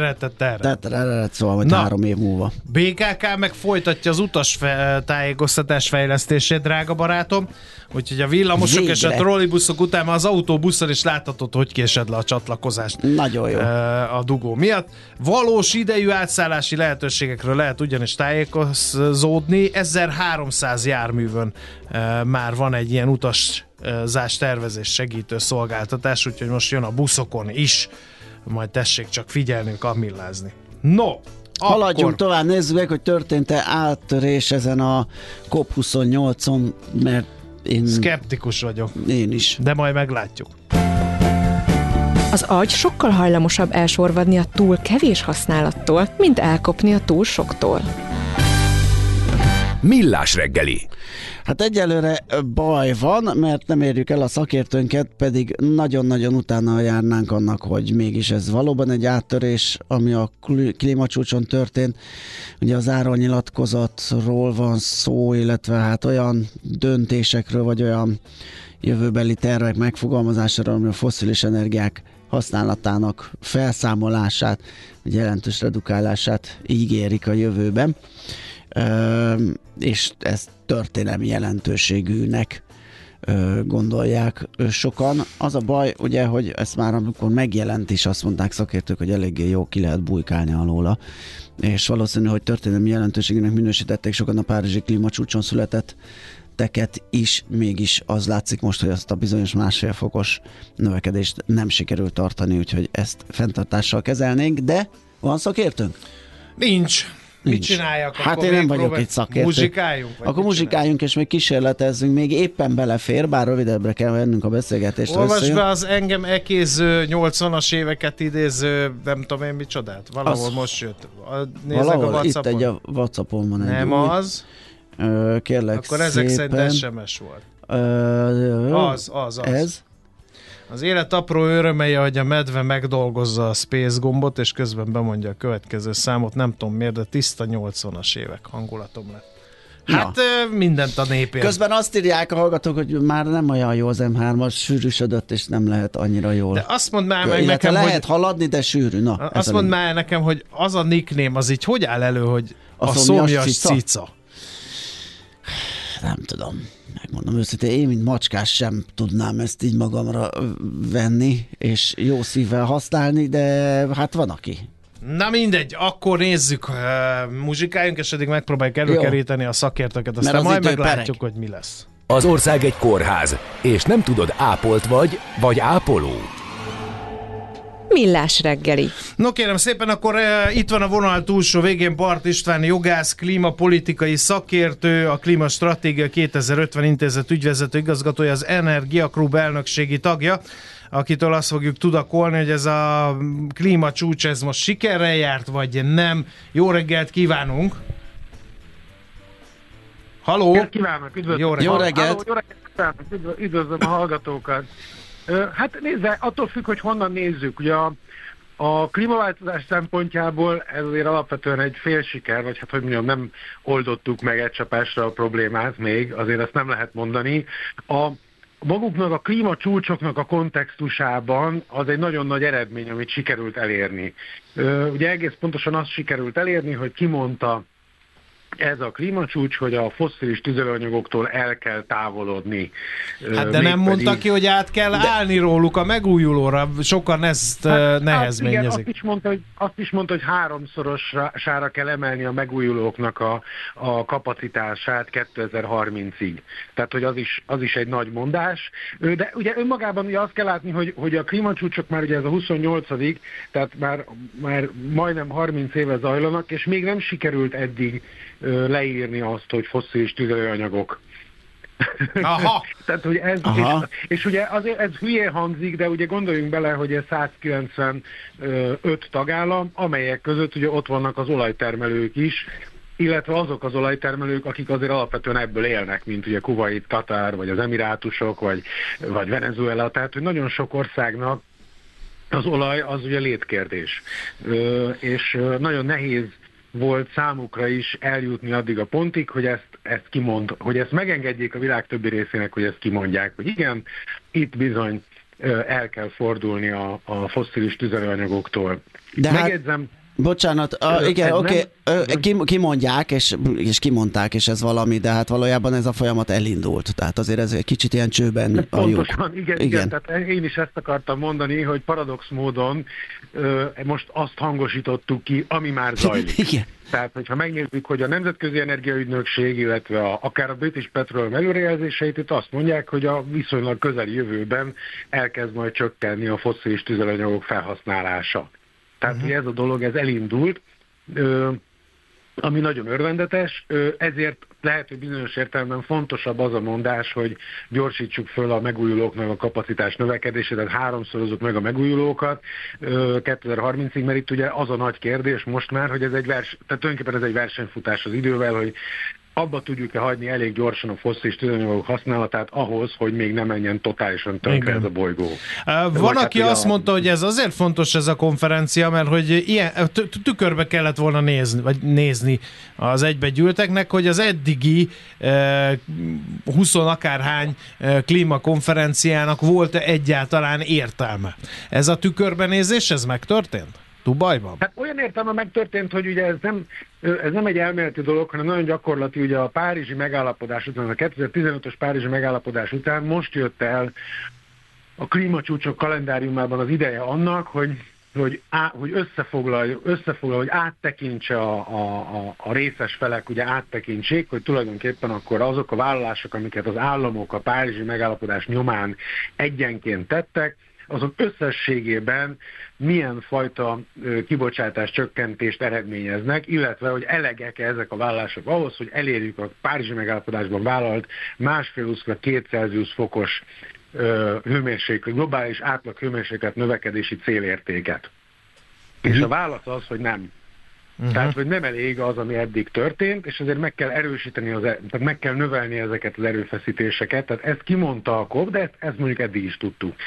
Szóval majd 3 év múlva. BKK meg folytatja az utas tájékoztatás fejlesztését, drága barátom. Úgyhogy a villamosok és a trollibuszok után az autóbusszal is láthatod, hogy késed le a csatlakozást. Nagyon jó. A dugó miatt. Valós idejű átszállási lehetőségekről lehet ugyanis tájékozódni. 1300 járművön már van egy ilyen utazás tervezés segítő szolgáltatás, úgyhogy most jön a buszokon is. Majd tessék csak figyelni, kamillázni. No! Haladjunk tovább, nézzük meg, hogy történt-e áttörés ezen a COP28-on, mert én... Szkeptikus vagyok. Én is. De majd meglátjuk. Az agy sokkal hajlamosabb elsorvadni a túl kevés használattól, mint elkopni a túl soktól. Millás reggeli. Hát egyelőre baj van, mert nem érjük el a szakértőnket, pedig nagyon-nagyon utána járnánk annak, hogy mégis ez valóban egy áttörés, ami a klímacsúcson történt. Ugye az áronyilatkozatról van szó, illetve hát olyan döntésekről, vagy olyan jövőbeli tervek megfogalmazásáról, ami a fosszilis energiák használatának felszámolását, vagy jelentős redukálását ígérik a jövőben. És ezt történelmi jelentőségűnek gondolják sokan. Az a baj, ugye, hogy ezt már amikor megjelent is azt mondták szakértők, hogy eléggé jó ki lehet bujkálni alóla, és valószínű, hogy történelmi jelentőségűnek minősítették sokan a párizsi klímacsúcson születetteket is, mégis az látszik most, hogy azt a bizonyos 1,5 fokos növekedést nem sikerült tartani, úgyhogy ezt fenntartással kezelnénk, de van szakértőnk? Nincs. Mit csináljak? Hát én nem vagyok itt szakértő. Muzsikáljunk? Akkor muzsikáljunk, és még kísérletezzünk. Még éppen belefér, bár rövidebbre kell vennünk a beszélgetést. Olvasd be az engem ekéző 80-as éveket idéző, nem tudom én micsodát. Valahol most jött. Valahol a itt egy a WhatsAppon van egy nem új. Az? Kérlek akkor ezek szerint SMS volt. Az. Ez? Az élet apró örömei, hogy a medve megdolgozza a space gombot, és közben bemondja a következő számot, nem tudom miért, de tiszta 80-as évek hangulatom lett. Hát mindent a népért. Közben azt írják a hallgatók, hogy már nem olyan jó az M3-as, sűrűsödött, és nem lehet annyira jól. De azt mondd már meg nekem, lehet haladni, de sűrű. Na, azt mondd már nekem, hogy az a nickname, az így hogy áll elő, hogy a szomjas cica? Nem tudom. Megmondom őszintén, én, mint macskás sem tudnám ezt így magamra venni, és jó szívvel használni, de hát van aki. Na mindegy, akkor nézzük, muzsikáljunk, és eddig megpróbáljuk előkeríteni a szakértőket, aztán majd meglátjuk, hogy mi lesz. Az ország egy kórház, és nem tudod, ápolt vagy ápoló. Millás reggeli. No kérem szépen, akkor itt van a vonal túlsó végén Bart István, jogász, klímapolitikai szakértő, a Klímastratégia 2050 Intézet ügyvezető igazgatója, az Energia Klub elnökségi tagja, akitől azt fogjuk tudakolni, hogy ez a klímacsúcs, ez most sikerrel járt, vagy nem. Jó reggelt kívánunk! Halló! Kívánok, üdvözlöm! Jó reggelt! Halló, üdvözlöm a hallgatókat! Hát nézze, attól függ, hogy honnan nézzük. Ugye a klímaváltozás szempontjából ez azért alapvetően egy félsiker, vagy hát hogy mondjam, nem oldottuk meg egy csapásra a problémát még, azért ezt nem lehet mondani. Maguknak a klímacsúcsoknak a kontextusában az egy nagyon nagy eredmény, amit sikerült elérni. Ugye egész pontosan azt sikerült elérni, hogy kimondta ez a klímacsúcs, hogy a fosszilis tüzelőanyagoktól el kell távolodni. Hát de nem mondta ki, hogy át kell állni róluk a megújulóra, sokan ezt nehezményezik. Igen, azt is mondta, hogy 3-szorosára kell emelni a megújulóknak a kapacitását 2030-ig. Tehát, hogy az is egy nagy mondás. De ugye önmagában ugye azt kell látni, hogy a klímacsúcsok már ugye ez a 28. tehát már majdnem 30 éve zajlanak, és még nem sikerült eddig leírni azt, hogy fosszilis tüzelőanyagok. Aha. Tehát, hogy és ugye azért ez hülyén hangzik, de ugye gondoljunk bele, hogy ez 195 tagállam, amelyek között ugye ott vannak az olajtermelők is, illetve azok az olajtermelők, akik azért alapvetően ebből élnek, mint ugye Kuwait, Katar, vagy az Emirátusok, vagy Venezuela, tehát hogy nagyon sok országnak az olaj az ugye létkérdés. És nagyon nehéz volt számukra is eljutni addig a pontig, hogy hogy ezt megengedjék a világ többi részének, hogy ezt kimondják, hogy igen, itt bizony el kell fordulni a fosszilis tüzelőanyagoktól. De megjegyzem, bocsánat, igen, oké, kimondják, és kimondták, és ez valami, de hát valójában ez a folyamat elindult. Tehát azért ez egy kicsit ilyen csőben a lyuk. Pontosan, igen, tehát én is ezt akartam mondani, hogy paradox módon most azt hangosítottuk ki, ami már zajlik. Igen. Tehát, hogyha megnézzük, hogy a Nemzetközi Energiaügynökség, illetve akár a British Petroleum előrejelzéseit, itt azt mondják, hogy a viszonylag közeli jövőben elkezd majd csökkenni a fosszilis tüzelőanyagok felhasználása. Tehát, hogy ez a dolog, ez elindult, ami nagyon örvendetes, ezért lehet, hogy bizonyos értelemben fontosabb az a mondás, hogy gyorsítsuk föl a megújulóknak a kapacitás növekedését, tehát 3-szorozzuk meg a megújulókat 2030-ig, mert itt ugye az a nagy kérdés most már, hogy ez tehát tulajdonképpen ez egy versenyfutás az idővel, hogy abba tudjuk-e hagyni elég gyorsan a fosszilis tüzelőanyagok használatát ahhoz, hogy még nem menjen totálisan tönkre ez a bolygó. Van, aki azt mondta, hogy ez azért fontos ez a konferencia, mert hogy ilyen tükörbe kellett volna nézni az egybegyűlteknek, hogy az eddigi 20 akárhány klímakonferenciának volt-e egyáltalán értelme. Ez a tükörbenézés, ez megtörtént? Dubajban? Hát olyan értelme megtörtént, hogy ugye ez nem egy elméleti dolog, hanem nagyon gyakorlati, ugye a párizsi megállapodás után, a 2015-ös párizsi megállapodás után most jött el a klímacsúcsok kalendáriumában az ideje annak, hogy összefoglalja, hogy áttekintse a részes felek, ugye áttekintsék, hogy tulajdonképpen akkor azok a vállalások, amiket az államok a párizsi megállapodás nyomán egyenként tettek, azok összességében milyen fajta kibocsátás csökkentést eredményeznek, illetve hogy elegek ezek a vállalások ahhoz, hogy elérjük a párizsi megállapodásban vállalt 1,5-2 Celsius fokos globális átlag hőmérséklet növekedési célértéket. És a válasz az, hogy nem. Tehát, hogy nem elég az, ami eddig történt, és ezért meg kell erősíteni, tehát meg kell növelni ezeket az erőfeszítéseket. Tehát ezt kimondta a COP, de ezt mondjuk eddig is tudtuk.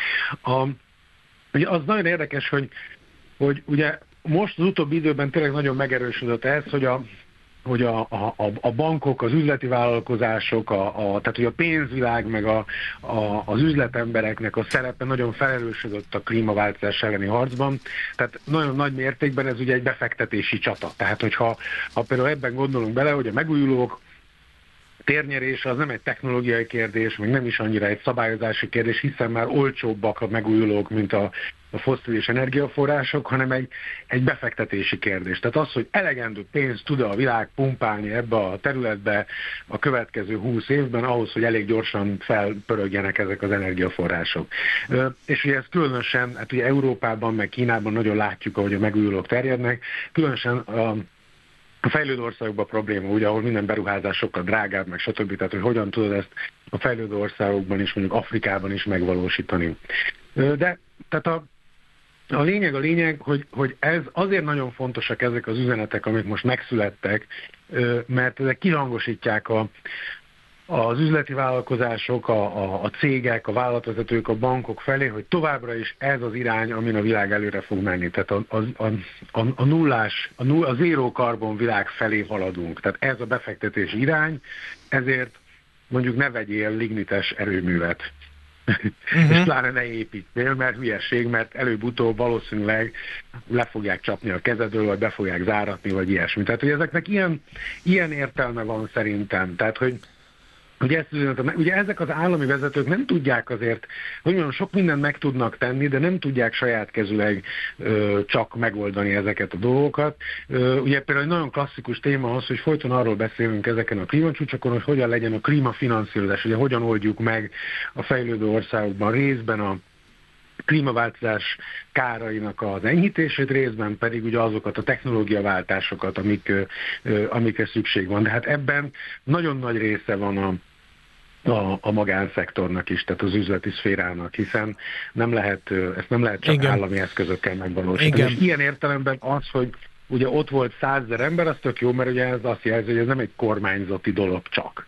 Ugye az nagyon érdekes, hogy ugye most az utóbbi időben tényleg nagyon megerősödött ez, hogy a bankok, az üzleti vállalkozások, tehát hogy a pénzvilág, meg az üzletembereknek a szerepe nagyon felerősödött a klímaváltozás elleni harcban. Tehát nagyon nagy mértékben ez ugye egy befektetési csata. Tehát hogyha például ebben gondolunk bele, hogy a megújulók térnyerése az nem egy technológiai kérdés, meg nem is annyira egy szabályozási kérdés, hiszen már olcsóbbak a megújulók, mint a fosszilis energiaforrások, hanem egy befektetési kérdés. Tehát az, hogy elegendő pénzt tud a világ pumpálni ebbe a területbe a következő 20 évben, ahhoz, hogy elég gyorsan felpörögjenek ezek az energiaforrások. És ugye ez különösen, hát ugye Európában, meg Kínában nagyon látjuk, ahogy a megújulók terjednek, különösen a fejlődő országokban probléma, ugye, ahol minden beruházás sokkal drágább, meg stb. Tehát, hogy hogyan tudod ezt a fejlődő országokban is, mondjuk Afrikában is megvalósítani. De tehát a lényeg, hogy ez azért nagyon fontosak ezek az üzenetek, amik most megszülettek, mert ezek kihangosítják az üzleti vállalkozások, a cégek, a vállalatvezetők, a bankok felé, hogy továbbra is ez az irány, amin a világ előre fog menni. Tehát a zéró karbon világ felé haladunk. Tehát ez a befektetési irány, ezért mondjuk ne vegyél lignites erőművet. És pláne ne építsél, mert hülyeség, mert előbb-utóbb valószínűleg le fogják csapni a kezedről, vagy be fogják záratni, vagy ilyesmi. Tehát, hogy ezeknek ilyen értelme van szerintem. Tehát, hogy ugye ezek az állami vezetők nem tudják azért, hogy mondjam, sok mindent meg tudnak tenni, de nem tudják saját kezűleg csak megoldani ezeket a dolgokat. Ugye például egy nagyon klasszikus téma az, hogy folyton arról beszélünk ezeken a klímacsúcsokon, hogy hogyan legyen a klímafinanszírozás, ugye hogyan oldjuk meg a fejlődő országokban részben a klímaváltozás kárainak az enyhítését, részben pedig ugye azokat a technológiaváltásokat, amikre szükség van. De hát ebben nagyon nagy része van a magánszektornak is, tehát az üzleti szférának, hiszen ezt nem lehet csak igen. állami eszközökkel megvalósítani. És ilyen értelemben az, hogy ugye ott volt 100 000 ember, az tök jó, mert ugye ez azt jelzi, hogy ez nem egy kormányzati dolog csak.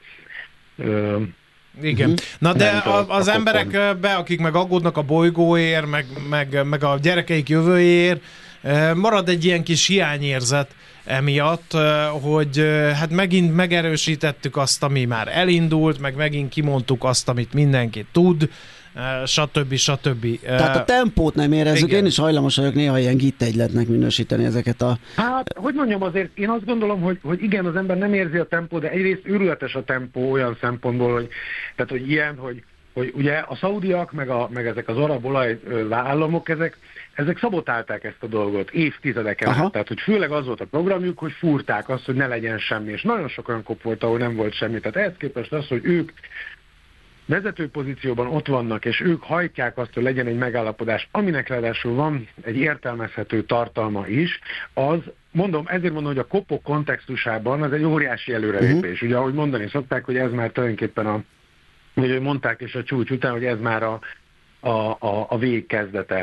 Igen. Na de az emberek, akik meg aggódnak a bolygóért, meg a gyerekeik jövőjéért, marad egy ilyen kis hiányérzet emiatt, hogy hát megint megerősítettük azt, ami már elindult, meg megint kimondtuk azt, amit mindenki tud, stb. Tehát a tempót nem érezzük, igen. Én is hajlamos vagyok néha ilyen gittegyletnek minősíteni ezeket a... Hát, hogy mondjam, azért én azt gondolom, hogy igen, az ember nem érzi a tempót, de egyrészt őrületes a tempó olyan szempontból, hogy ugye a szaudiak, meg ezek az arab olajállamok, ezek szabotálták ezt a dolgot évtizedeken át. Tehát, hogy főleg az volt a programjuk, hogy fúrták azt, hogy ne legyen semmi, és nagyon sok olyan kop volt, ahol nem volt semmi. Tehát ehhez képest az, hogy ők vezető pozícióban ott vannak, és ők hajtják azt, hogy legyen egy megállapodás, aminek ráadásul van egy értelmezhető tartalma is, ezért mondom, hogy a kopok kontextusában az egy óriási előrelépés. Ugye, ahogy mondani szokták, hogy ez már tulajdonképpen hogy mondták is a csúcs után, hogy ez már a végkezdete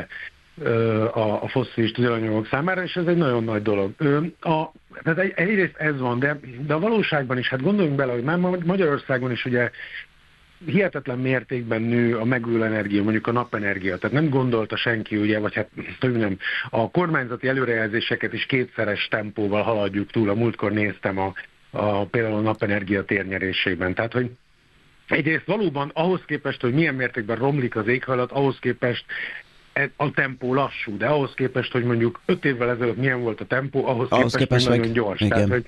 a fosszilis tüzelőanyagok számára, és ez egy nagyon nagy dolog. Tehát egyrészt ez van, de a valóságban is, hát gondoljunk bele, hogy már Magyarországon is ugye hihetetlen mértékben nő a megújuló energia, mondjuk a napenergia. Tehát nem gondolta senki, ugye, vagy hát nem, a kormányzati előrejelzéseket is kétszeres tempóval haladjuk túl. A múltkor néztem például a napenergia térnyerésében. Tehát, hogy egyrészt valóban ahhoz képest, hogy milyen mértékben romlik az éghajlat, ahhoz képest a tempó lassú, de ahhoz képest, hogy mondjuk 5 évvel ezelőtt milyen volt a tempó, ahhoz képest nagyon gyors.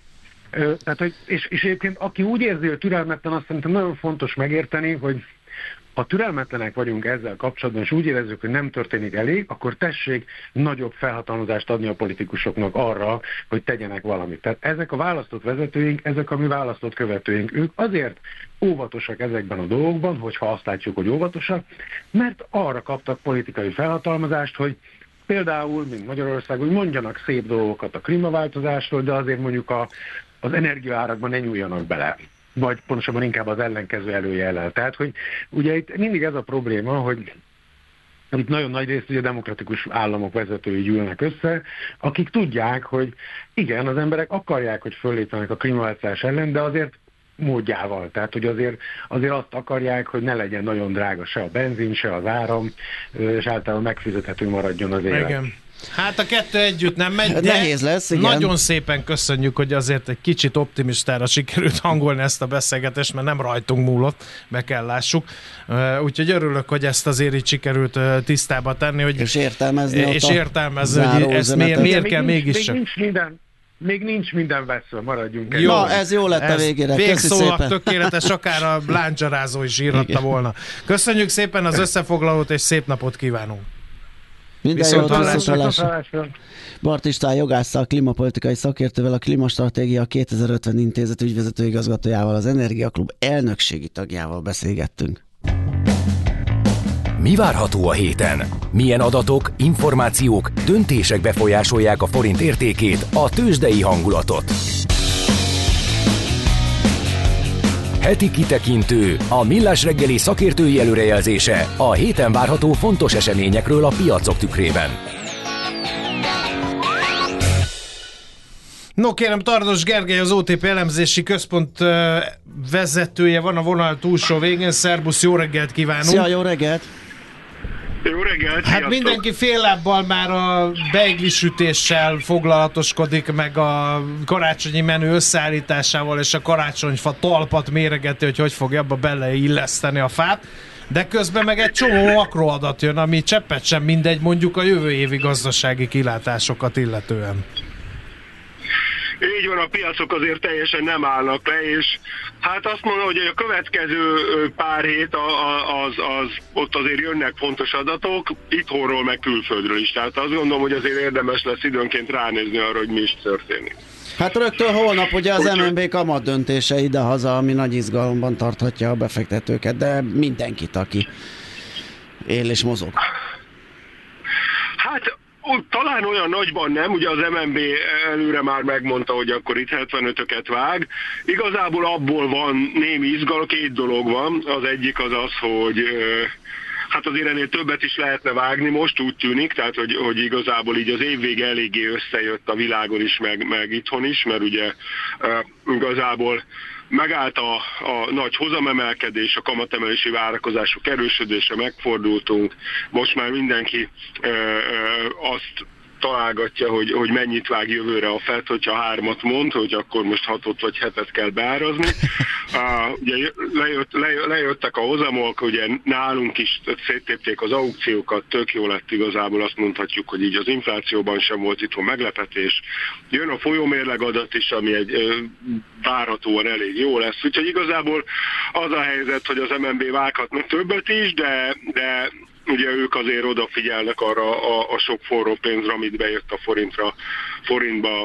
És egyébként aki úgy érzi, hogy türelmetlen, azt szerintem nagyon fontos megérteni, hogy ha türelmetlenek vagyunk ezzel kapcsolatban, és úgy érezzük, hogy nem történik elég, akkor tessék nagyobb felhatalmazást adni a politikusoknak arra, hogy tegyenek valamit. Tehát ezek a választott vezetőink, ezek a mi választott követőink, ők azért óvatosak ezekben a dolgokban, hogyha azt látjuk, hogy óvatosak, mert arra kaptak politikai felhatalmazást, hogy például, mint Magyarország, hogy mondjanak szép dolgokat a klímaváltozásról, de azért mondjuk az energiaárakban ne nyúljanak bele. Vagy pontosabban inkább az ellenkező előjellel. Tehát, hogy ugye itt mindig ez a probléma, hogy itt nagyon nagy részt ugye demokratikus államok vezetői gyűlnek össze, akik tudják, hogy igen, az emberek akarják, hogy föllépjenek a klímaváltozás ellen, de azért módjával. Tehát, hogy azért azt akarják, hogy ne legyen nagyon drága se a benzin, se az áram, és általában megfizethető maradjon az élet. Igen. Hát a kettő együtt nem megy, de nehéz lesz, igen. Nagyon szépen köszönjük, hogy azért egy kicsit optimistára sikerült hangolni ezt a beszélgetést, mert nem rajtunk múlott, be kell lássuk. Úgyhogy örülök, hogy ezt azért így sikerült tisztába tenni, hogy és értelmezni, hogy ezt miért kell mégiscsak. Még nincs minden veszve, maradjunk el. Na, ez jó lett a végére. Végszólag tökéletes, akár a láncsalázó is írhatta volna. Köszönjük szépen az összefoglalót, és szép napot kívánunk! Minden jót, viszontlátásra. Bart István jogásszal, klímapolitikai szakértővel, a Klímastratégia 2050 intézet ügyvezető igazgatójával, az Energiaklub elnökségi tagjával beszélgettünk. Mi várható a héten? Milyen adatok, információk, döntések befolyásolják a forint értékét, a tőzsdei hangulatot? Heti kitekintő, a Millás reggeli szakértői előrejelzése a héten várható fontos eseményekről a piacok tükrében. No kérem, Tardos Gergely, az OTP elemzési központ vezetője van a vonal túlsó végén. Szerbusz, jó reggelt kívánunk! Szia, jó reggelt! Jó reggelt! Hát mindenki fél lábbal már a beiglisütéssel foglalatoskodik, meg a karácsonyi menü összeállításával, és a karácsonyfa talpat méregeti, hogy fogja abba beleilleszteni a fát. De közben meg egy csomó makroadat jön, ami cseppet sem mindegy, mondjuk a jövő évi gazdasági kilátásokat illetően. Így van, a piacok azért teljesen nem állnak le, és hát azt mondom, hogy a következő pár hét ott azért jönnek fontos adatok, itthonról meg külföldről is. Tehát azt gondolom, hogy azért érdemes lesz időnként ránézni arra, hogy mi is történik. Hát rögtön holnap ugye az MNB kamat döntése ide-haza, ami nagy izgalomban tarthatja a befektetőket, de mindenkit, aki él és mozog. Hát talán olyan nagyban nem, ugye az MNB előre már megmondta, hogy akkor itt 75-öket vág. Igazából abból van némi izgalom, két dolog van. Az egyik az az, hogy hát azért ennél többet is lehetne vágni, most úgy tűnik, tehát hogy igazából így az év vége eléggé összejött a világon is, meg itthon is, mert ugye igazából megállt a nagy hozamemelkedés, a kamatemelési várakozások erősödése, megfordultunk, most már mindenki azt találgatja, hogy mennyit vág jövőre a FED, hogyha 3-at mond, hogy akkor most 6-ot vagy 7-et kell beárazni. Ugye lejöttek a hozamok, ugye nálunk is széttépték az aukciókat, tök jó lett igazából, azt mondhatjuk, hogy így az inflációban sem volt itthon meglepetés. Jön a folyómérleg adat is, ami egy várhatóan elég jó lesz. Úgyhogy igazából az a helyzet, hogy az MNB vághatna többet is, de ugye ők azért odafigyelnek arra a sok forró pénzre, amit bejött a forintba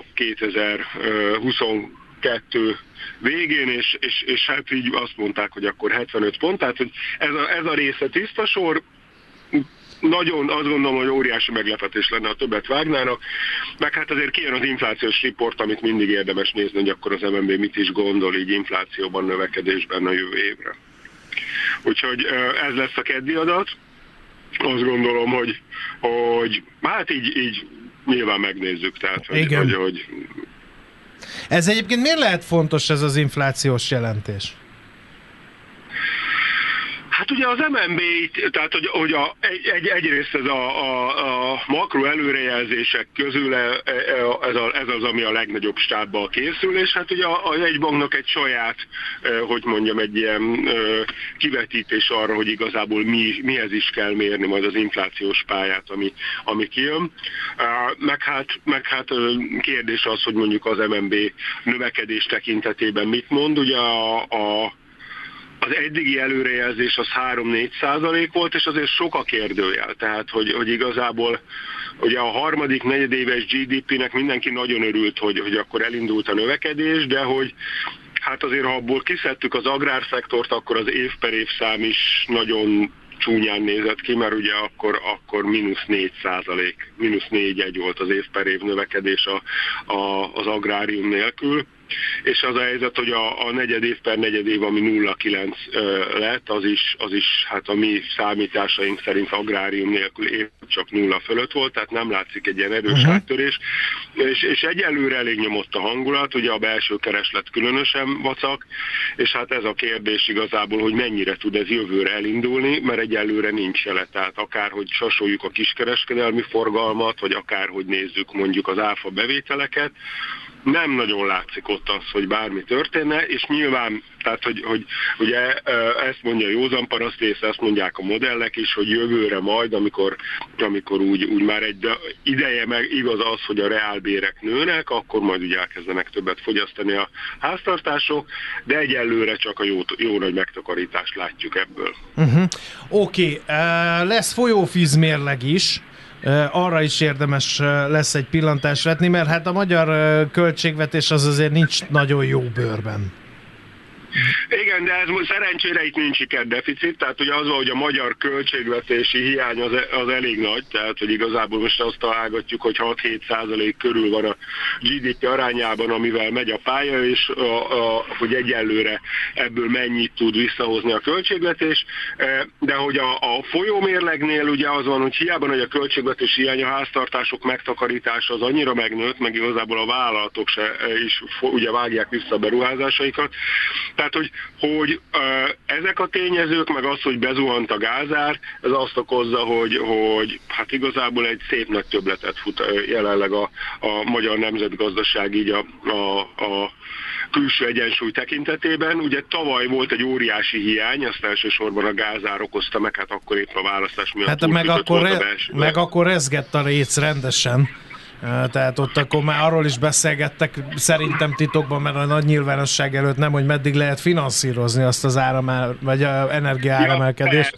2022 végén, és hát így azt mondták, hogy akkor 75 pont, tehát hogy ez a része tiszta sor. Nagyon azt gondolom, hogy óriási meglepetés lenne, ha többet vágnának, meg hát azért kijön az inflációs riport, amit mindig érdemes nézni, hogy akkor az MNB mit is gondol így inflációban, növekedésben a jövő évre. Úgyhogy ez lesz a keddi adat. Azt gondolom, hogy hát így nyilván megnézzük, tehát hogy... Ez egyébként miért lehet fontos, ez az inflációs jelentés? Hát ugye az MNB, tehát hogy egyrészt ez a makro előrejelzések közül ez az, ami a legnagyobb stábbal készül, és hát ugye a jegybanknak egy saját, hogy mondjam, egy ilyen kivetítés arra, hogy igazából mihez is kell mérni majd az inflációs pályát, ami kijön. Meg hát kérdés az, hogy mondjuk az MNB növekedés tekintetében mit mond, ugye az eddigi előrejelzés az 3-4% volt, és azért sok a kérdőjel. Tehát, hogy igazából ugye a harmadik negyedéves GDP-nek mindenki nagyon örült, hogy akkor elindult a növekedés, de hogy hát azért, ha abból kiszedtük az agrárszektort, akkor az év per év szám is nagyon csúnyán nézett ki, mert ugye akkor -4%, -4,1 volt az év per év növekedés az agrárium nélkül. És az a helyzet, hogy a negyedév per negyedév, ami 0,9 lett, az is hát a mi számításaink szerint agrárium nélkül épp csak 0 fölött volt, tehát nem látszik egy ilyen erős áttörés. És egyelőre elég nyomott a hangulat, ugye a belső kereslet különösen vacak, és hát ez a kérdés igazából, hogy mennyire tud ez jövőre elindulni, mert egyelőre nincs jele. Tehát akárhogy sasoljuk a kiskereskedelmi forgalmat, vagy akárhogy nézzük mondjuk az áfa bevételeket, nem nagyon látszik ott az, hogy bármi történne, és nyilván, tehát, hogy ugye ezt mondja a józan parasztész, ezt mondják a modellek is, hogy jövőre majd, amikor úgy már egy ideje meg igaz az, hogy a reálbérek nőnek, akkor majd ugye elkezdenek többet fogyasztani a háztartások, de egyelőre csak a jó nagy megtakarítást látjuk ebből. Oké, lesz folyóvízmérleg is. arra is érdemes lesz egy pillantást vetni, mert hát a magyar költségvetés az azért nincs nagyon jó bőrben. Igen, de ez szerencsére itt nincs sikerdeficit, tehát ugye az van, hogy a magyar költségvetési hiány az elég nagy, tehát hogy igazából most azt találgatjuk, hogy 6-7% körül van a GDP arányában, amivel megy a pálya, és hogy egyelőre ebből mennyit tud visszahozni a költségvetés, de hogy a folyómérlegnél ugye az van, hogy hiába nagy a költségvetési hiány, a háztartások megtakarítása az annyira megnőtt, meg igazából a vállalatok se is ugye vágják vissza a beruházásaikat. Tehát, hogy ezek a tényezők, meg az, hogy bezuhant a gázár, ez azt okozza, hogy hát igazából egy szép nagy többletet fut jelenleg a magyar nemzetgazdaság így a külső egyensúly tekintetében. Ugye tavaly volt egy óriási hiány, azt elsősorban a gázár okozta meg, hát akkor épp a választás miatt. Hát meg akkor rezgett a réc rendesen. Tehát ott akkor már arról is beszélgettek szerintem titokban, mert a nagy nyilvánosság előtt nem, hogy meddig lehet finanszírozni azt az vagy energiaáremelkedést.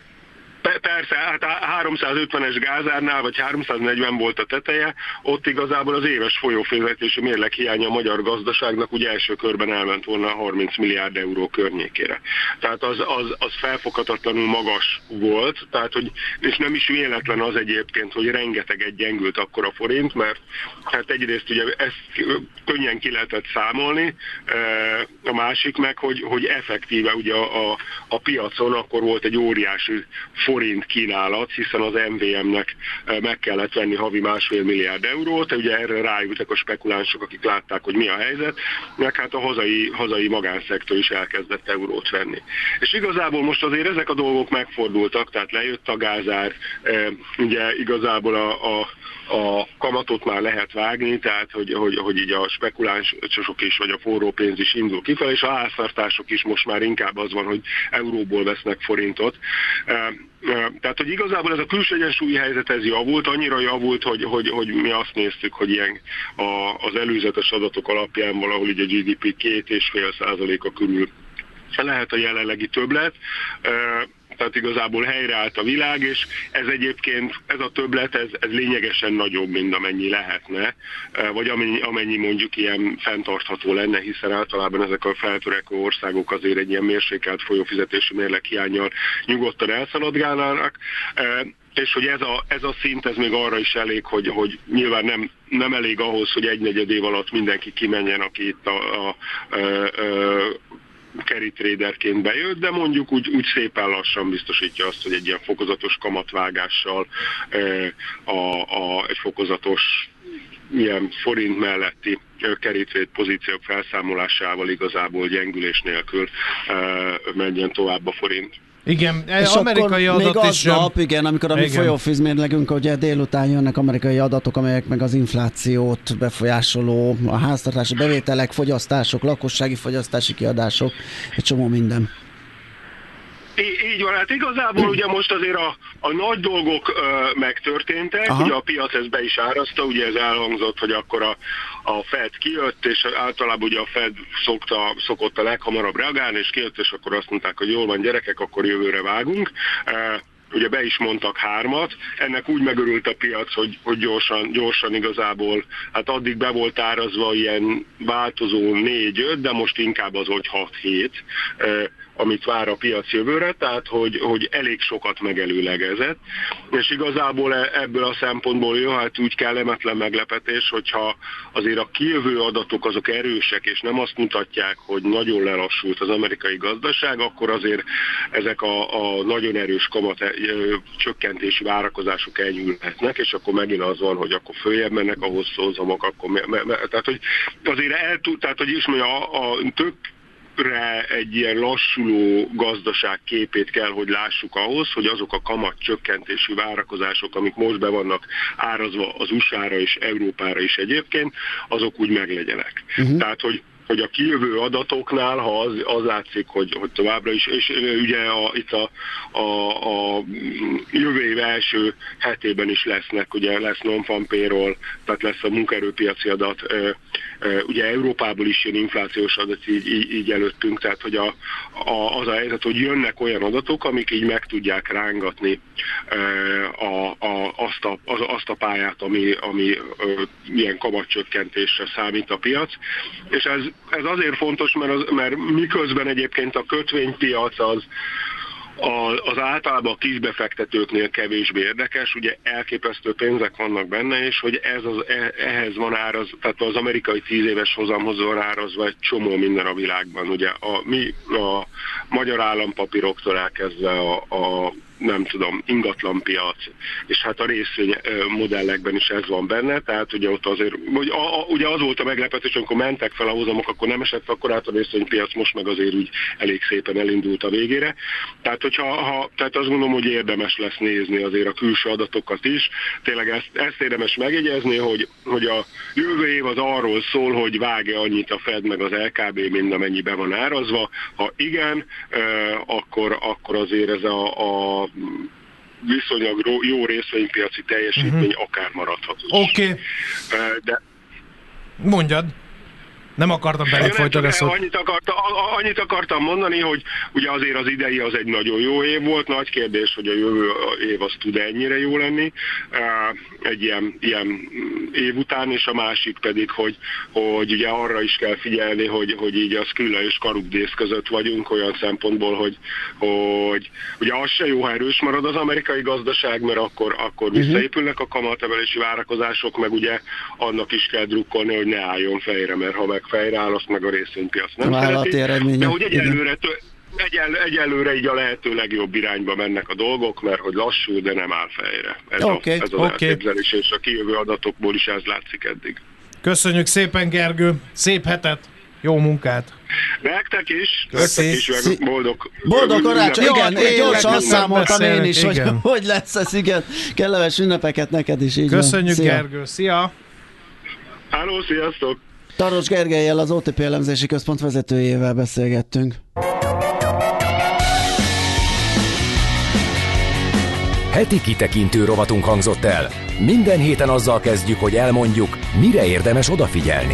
Persze, hát a 350-es gázárnál, vagy 340 volt a teteje, ott igazából az éves folyófizetési mérleg hiánya a magyar gazdaságnak ugye első körben elment volna 30 milliárd euró környékére. Tehát az felfoghatatlanul magas volt, tehát hogy, és nem is véletlen az egyébként, hogy rengeteget gyengült akkor a forint, mert hát egyrészt ugye ezt könnyen ki lehetett számolni, a másik meg, hogy effektíve ugye a piacon akkor volt egy óriási forint kínálat, hiszen az MVM-nek meg kellett venni havi 1,5 milliárd eurót, ugye erre rájöttek a spekulánsok, akik látták, hogy mi a helyzet, meg hát a hazai magánszektor is elkezdett eurót venni. És igazából most azért ezek a dolgok megfordultak, tehát lejött a gázár, ugye igazából a kamatot már lehet vágni, tehát hogy így a spekulánsok is, vagy a forró pénz is indul kifelé, és a háztartások is most már inkább az van, hogy euróból vesznek forintot. Tehát, hogy igazából ez a külső egyensúlyi helyzet ez javult, annyira javult, hogy mi azt néztük, hogy ilyen az előzetes adatok alapján valahol így a GDP 2,5% körül lehet a jelenlegi többlet. Tehát igazából helyreállt a világ, és ez egyébként, ez a többlet, ez lényegesen nagyobb, mint amennyi lehetne, vagy amennyi mondjuk ilyen fenntartható lenne, hiszen általában ezek a feltörekvő országok azért egy ilyen mérsékelt folyófizetési mérleg hiánnyal nyugodtan elszaladgálnának, és hogy ez a szint, ez még arra is elég, hogy nyilván nem elég ahhoz, hogy 1/4 év alatt mindenki kimenjen, aki itt a carry traderként bejött, de mondjuk úgy szépen lassan biztosítja azt, hogy egy ilyen fokozatos kamatvágással, egy fokozatos ilyen forint melletti carry trade pozíciók felszámolásával igazából gyengülés nélkül menjen tovább a forint. Igen, és amerikai adat még aznap, igen, amikor a mi folyófűzmérlegünk, ugye délután jönnek amerikai adatok, amelyek meg az inflációt befolyásoló, a háztartási bevételek, fogyasztások, lakossági fogyasztási kiadások, egy csomó minden. Így van, hát igazából ugye most azért a nagy dolgok megtörténtek, ugye a piac ezt be is árazta, ugye ez elhangzott, hogy akkor a Fed kijött, és általában ugye a Fed szokott a leghamarabb reagálni, és kijött, és akkor azt mondták, hogy jól van gyerekek, akkor jövőre vágunk. Ugye be is mondtak 3-at, ennek úgy megörült a piac, hogy gyorsan igazából, hát addig be volt árazva ilyen változó 4-5, de most inkább az, hogy 6-7, amit vár a piac jövőre, tehát hogy elég sokat megelőlegezett, és igazából ebből a szempontból hát úgy kellemetlen meglepetés, hogyha azért a kijövő adatok azok erősek, és nem azt mutatják, hogy nagyon lelassult az amerikai gazdaság, akkor azért ezek a nagyon erős kamat csökkentési várakozások enyhülhetnek, és akkor megint az van, hogy akkor följebb mennek a hosszú hozamok, akkor tehát hogy azért tehát hogy is mondja, a egy ilyen lassuló gazdaság képét kell, hogy lássuk ahhoz, hogy azok a kamat csökkentési várakozások, amik most be vannak árazva az USA-ra és Európára is egyébként, azok úgy meglegyenek. Tehát, hogy hogy a kijövő adatoknál, ha az látszik, hogy továbbra is, és ugye itt a jövő év első hetében is lesz non-farm payroll, tehát lesz a munkaerőpiaci adat, ugye Európából is jön inflációs adat így előttünk, tehát hogy az a helyzet, hogy jönnek olyan adatok, amik így meg tudják rángatni azt a pályát, ami ilyen kamatcsökkentésre számít a piac. És ez azért fontos, mert miközben egyébként a kötvénypiac az általában a kisbefektetőknél kevésbé érdekes, ugye elképesztő pénzek vannak benne, és hogy ehhez van áraz, tehát az amerikai 10 éves hozamhoz van árazva egy csomó minden a világban. Ugye a magyar állampapíroktól elkezdve a nem tudom, ingatlanpiac, és hát a részvény modellekben is ez van benne, tehát ugye ott azért, ugye az volt a meglepetés, amikor mentek fel a hozamok, akkor nem esett akkor át a részvénypiac, most meg azért úgy elég szépen elindult a végére. Tehát, tehát azt gondolom, hogy érdemes lesz nézni azért a külső adatokat is. Tényleg ezt érdemes megjegyezni, hogy a jövő év az arról szól, hogy vág-e annyit a Fed meg az LKB, mind amennyi be van árazva. Ha igen, akkor azért ez a viszonylag jó részvénypiaci teljesítmény akár maradhat. Oké. De mondjad. Nem akartam beled folytani a szót. Annyit akartam mondani, hogy ugye azért az idei az egy nagyon jó év volt, nagy kérdés, hogy a jövő év az tud ennyire jó lenni egy ilyen év után, és a másik pedig, hogy ugye arra is kell figyelni, hogy így a Skrilla és Karubdész között vagyunk olyan szempontból, hogy ugye az se jó, ha erős marad az amerikai gazdaság, mert akkor visszaépülnek a kamatemelési várakozások, meg ugye annak is kell drukkolni, hogy ne álljon fejre, mert ha meg fejreáll, azt meg a részvénypiac nem szereti. De hogy egyelőre így a lehető legjobb irányba mennek a dolgok, mert hogy lassú, de nem áll fejre. Ez az elképzelés, és a kijövő adatokból is ez látszik eddig. Köszönjük szépen, Gergő! Szép hetet! Jó munkát! Nektek is! Boldog karácsony! Igen, gyorsan azt számoltam én is, hogy lesz ez, igen. Kellemes ünnepeket neked is. Így köszönjük, Gergő! Szia! Háló, sziasztok! Taros Gergellyel, az OTP elemzési központ vezetőjével beszélgettünk. Heti kitekintő rovatunk hangzott el. Minden héten azzal kezdjük, hogy elmondjuk, mire érdemes odafigyelni.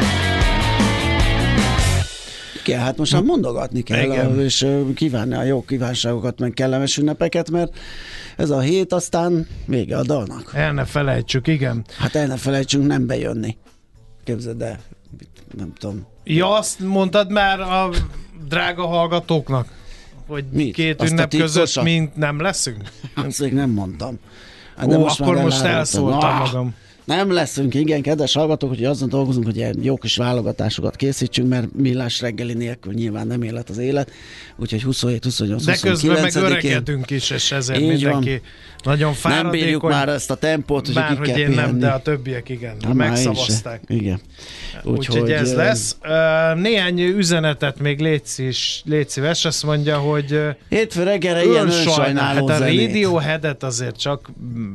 Igen, hát most már mondogatni kell, és kívánni a jó kívánságokat, meg kellemes ünnepeket, mert ez a hét aztán vége a dalnak. El ne felejtsük, igen. Hát el ne felejtsünk nem bejönni. Képzeld el, nem tudom. Ja, azt mondtad már a drága hallgatóknak, hogy két ünnep között mint nem leszünk? Azt még nem mondtam. Hát akkor most elszóltam magam. Nem leszünk, igen, kedves hallgatók, hogy azon dolgozunk, hogy ilyen jó kis válogatásokat készítsünk, mert Millás reggeli nélkül nyilván nem élet az élet, úgyhogy 27, 28, de közben meg öregedünk is, és ezért mindenki nagyon fáradékony. Nem bírjuk már ezt a tempót, hogy bár, hogy én nem, de a többiek igen, megszavazták. Igen. Úgyhogy ez lesz. Néhány üzenetet még légy szíves, azt mondja, hogy hétfő reggelre ilyen önsajnáló hát a Radioheadet azért csak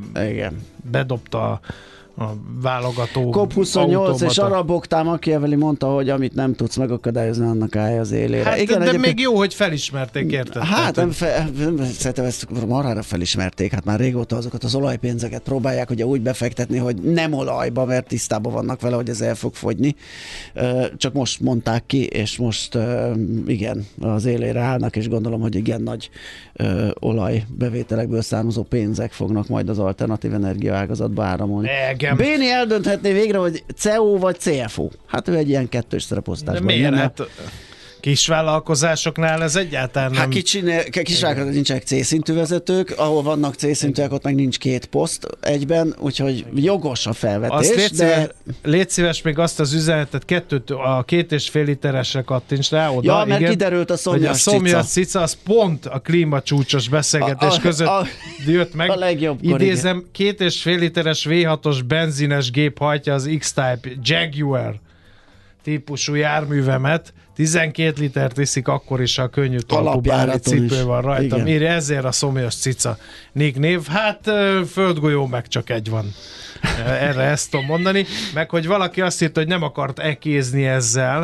bedobta a válogató COP28 automata. És arabok Machiavelli mondta, hogy amit nem tudsz megakadályozni, annak állj az élére. Hát, igen, de még jó, hogy felismerték, érted? Hát szerintem ezt marhára felismerték. Hát már régóta azokat az olajpénzeket próbálják ugye úgy befektetni, hogy nem olajba, mert tisztában vannak vele, hogy ez el fog fogyni. Csak most mondták ki, és most igen, az élére állnak, és gondolom, hogy igen nagy olajbevételekből származó pénzek fognak majd az alternatív energiaágazatba áramolni. Béni eldönthetné végre, hogy CO vagy CFO. Hát ő egy ilyen kettős szereposztásban. De miért? Hát kisvállalkozásoknál ez egyáltalán nem... Hát kisvállalkozásoknál nincsenek C-szintű vezetők, ahol vannak C-szintűek, ott meg nincs két poszt egyben, úgyhogy jogos a felvetés. Légy szíves még azt az üzenetet, a 2,5 literesre kattints rá oda. Ja, mert igen, kiderült a szomjas cica, az pont a klímacsúcsos beszélgetés között jött meg. A legjobbkor, idézem, 2,5 literes V6-os benzines gép hajtja az X-Type Jaguar típusú járművemet, 12 litert viszik akkor is, a könnyű talpú báli cipő van rajta. Mire ezért a szomjas cica Nick név. Hát földgolyó meg csak egy van. Erre ezt tudom mondani. Meg hogy valaki azt írta, hogy nem akart ekézni ezzel,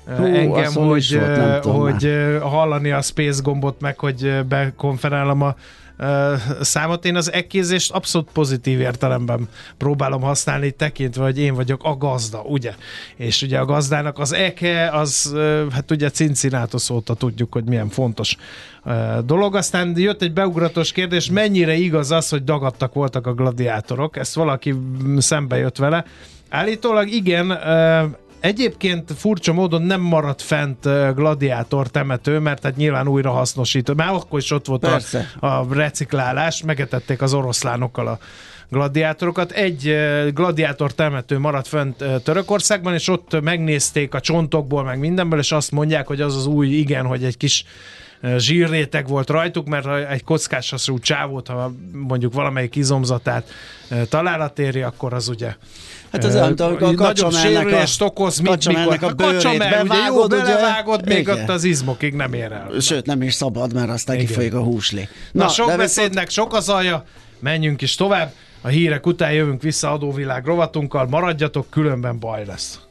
engem, hogy hallani a space gombot, meg hogy bekonferálom a számot. Én az ekkézést abszolút pozitív értelemben próbálom használni, tekintve, hogy én vagyok a gazda, ugye? És ugye a gazdának az eke, az hát ugye Cincinnatus óta tudjuk, hogy milyen fontos dolog. Aztán jött egy beugratos kérdés, mennyire igaz az, hogy dagadtak voltak a gladiátorok? Ezt valaki szembe jött vele. Állítólag igen, egyébként furcsa módon nem maradt fent gladiátor temető, mert hát nyilván újra hasznosító. Már akkor is ott volt a reciklálás, megetették az oroszlánokkal a gladiátorokat. Egy gladiátor temető maradt fent Törökországban, és ott megnézték a csontokból, meg mindenből, és azt mondják, hogy az új, igen, hogy egy kis zsírréteg volt rajtuk, mert egy kockásasú csávót, ha mondjuk valamelyik izomzatát találat éri, akkor az ugye hát az a nagyobb sérülést okoz, mint mikor a kacsamel, ugye jó belevágod, még ott az izmokig nem ér el. Sőt, nem is szabad, mert aztán kifolyik a húslé. Na sok beszédnek sok az alja, menjünk is tovább. A hírek után jövünk vissza adóvilág rovatunkkal, maradjatok, különben baj lesz.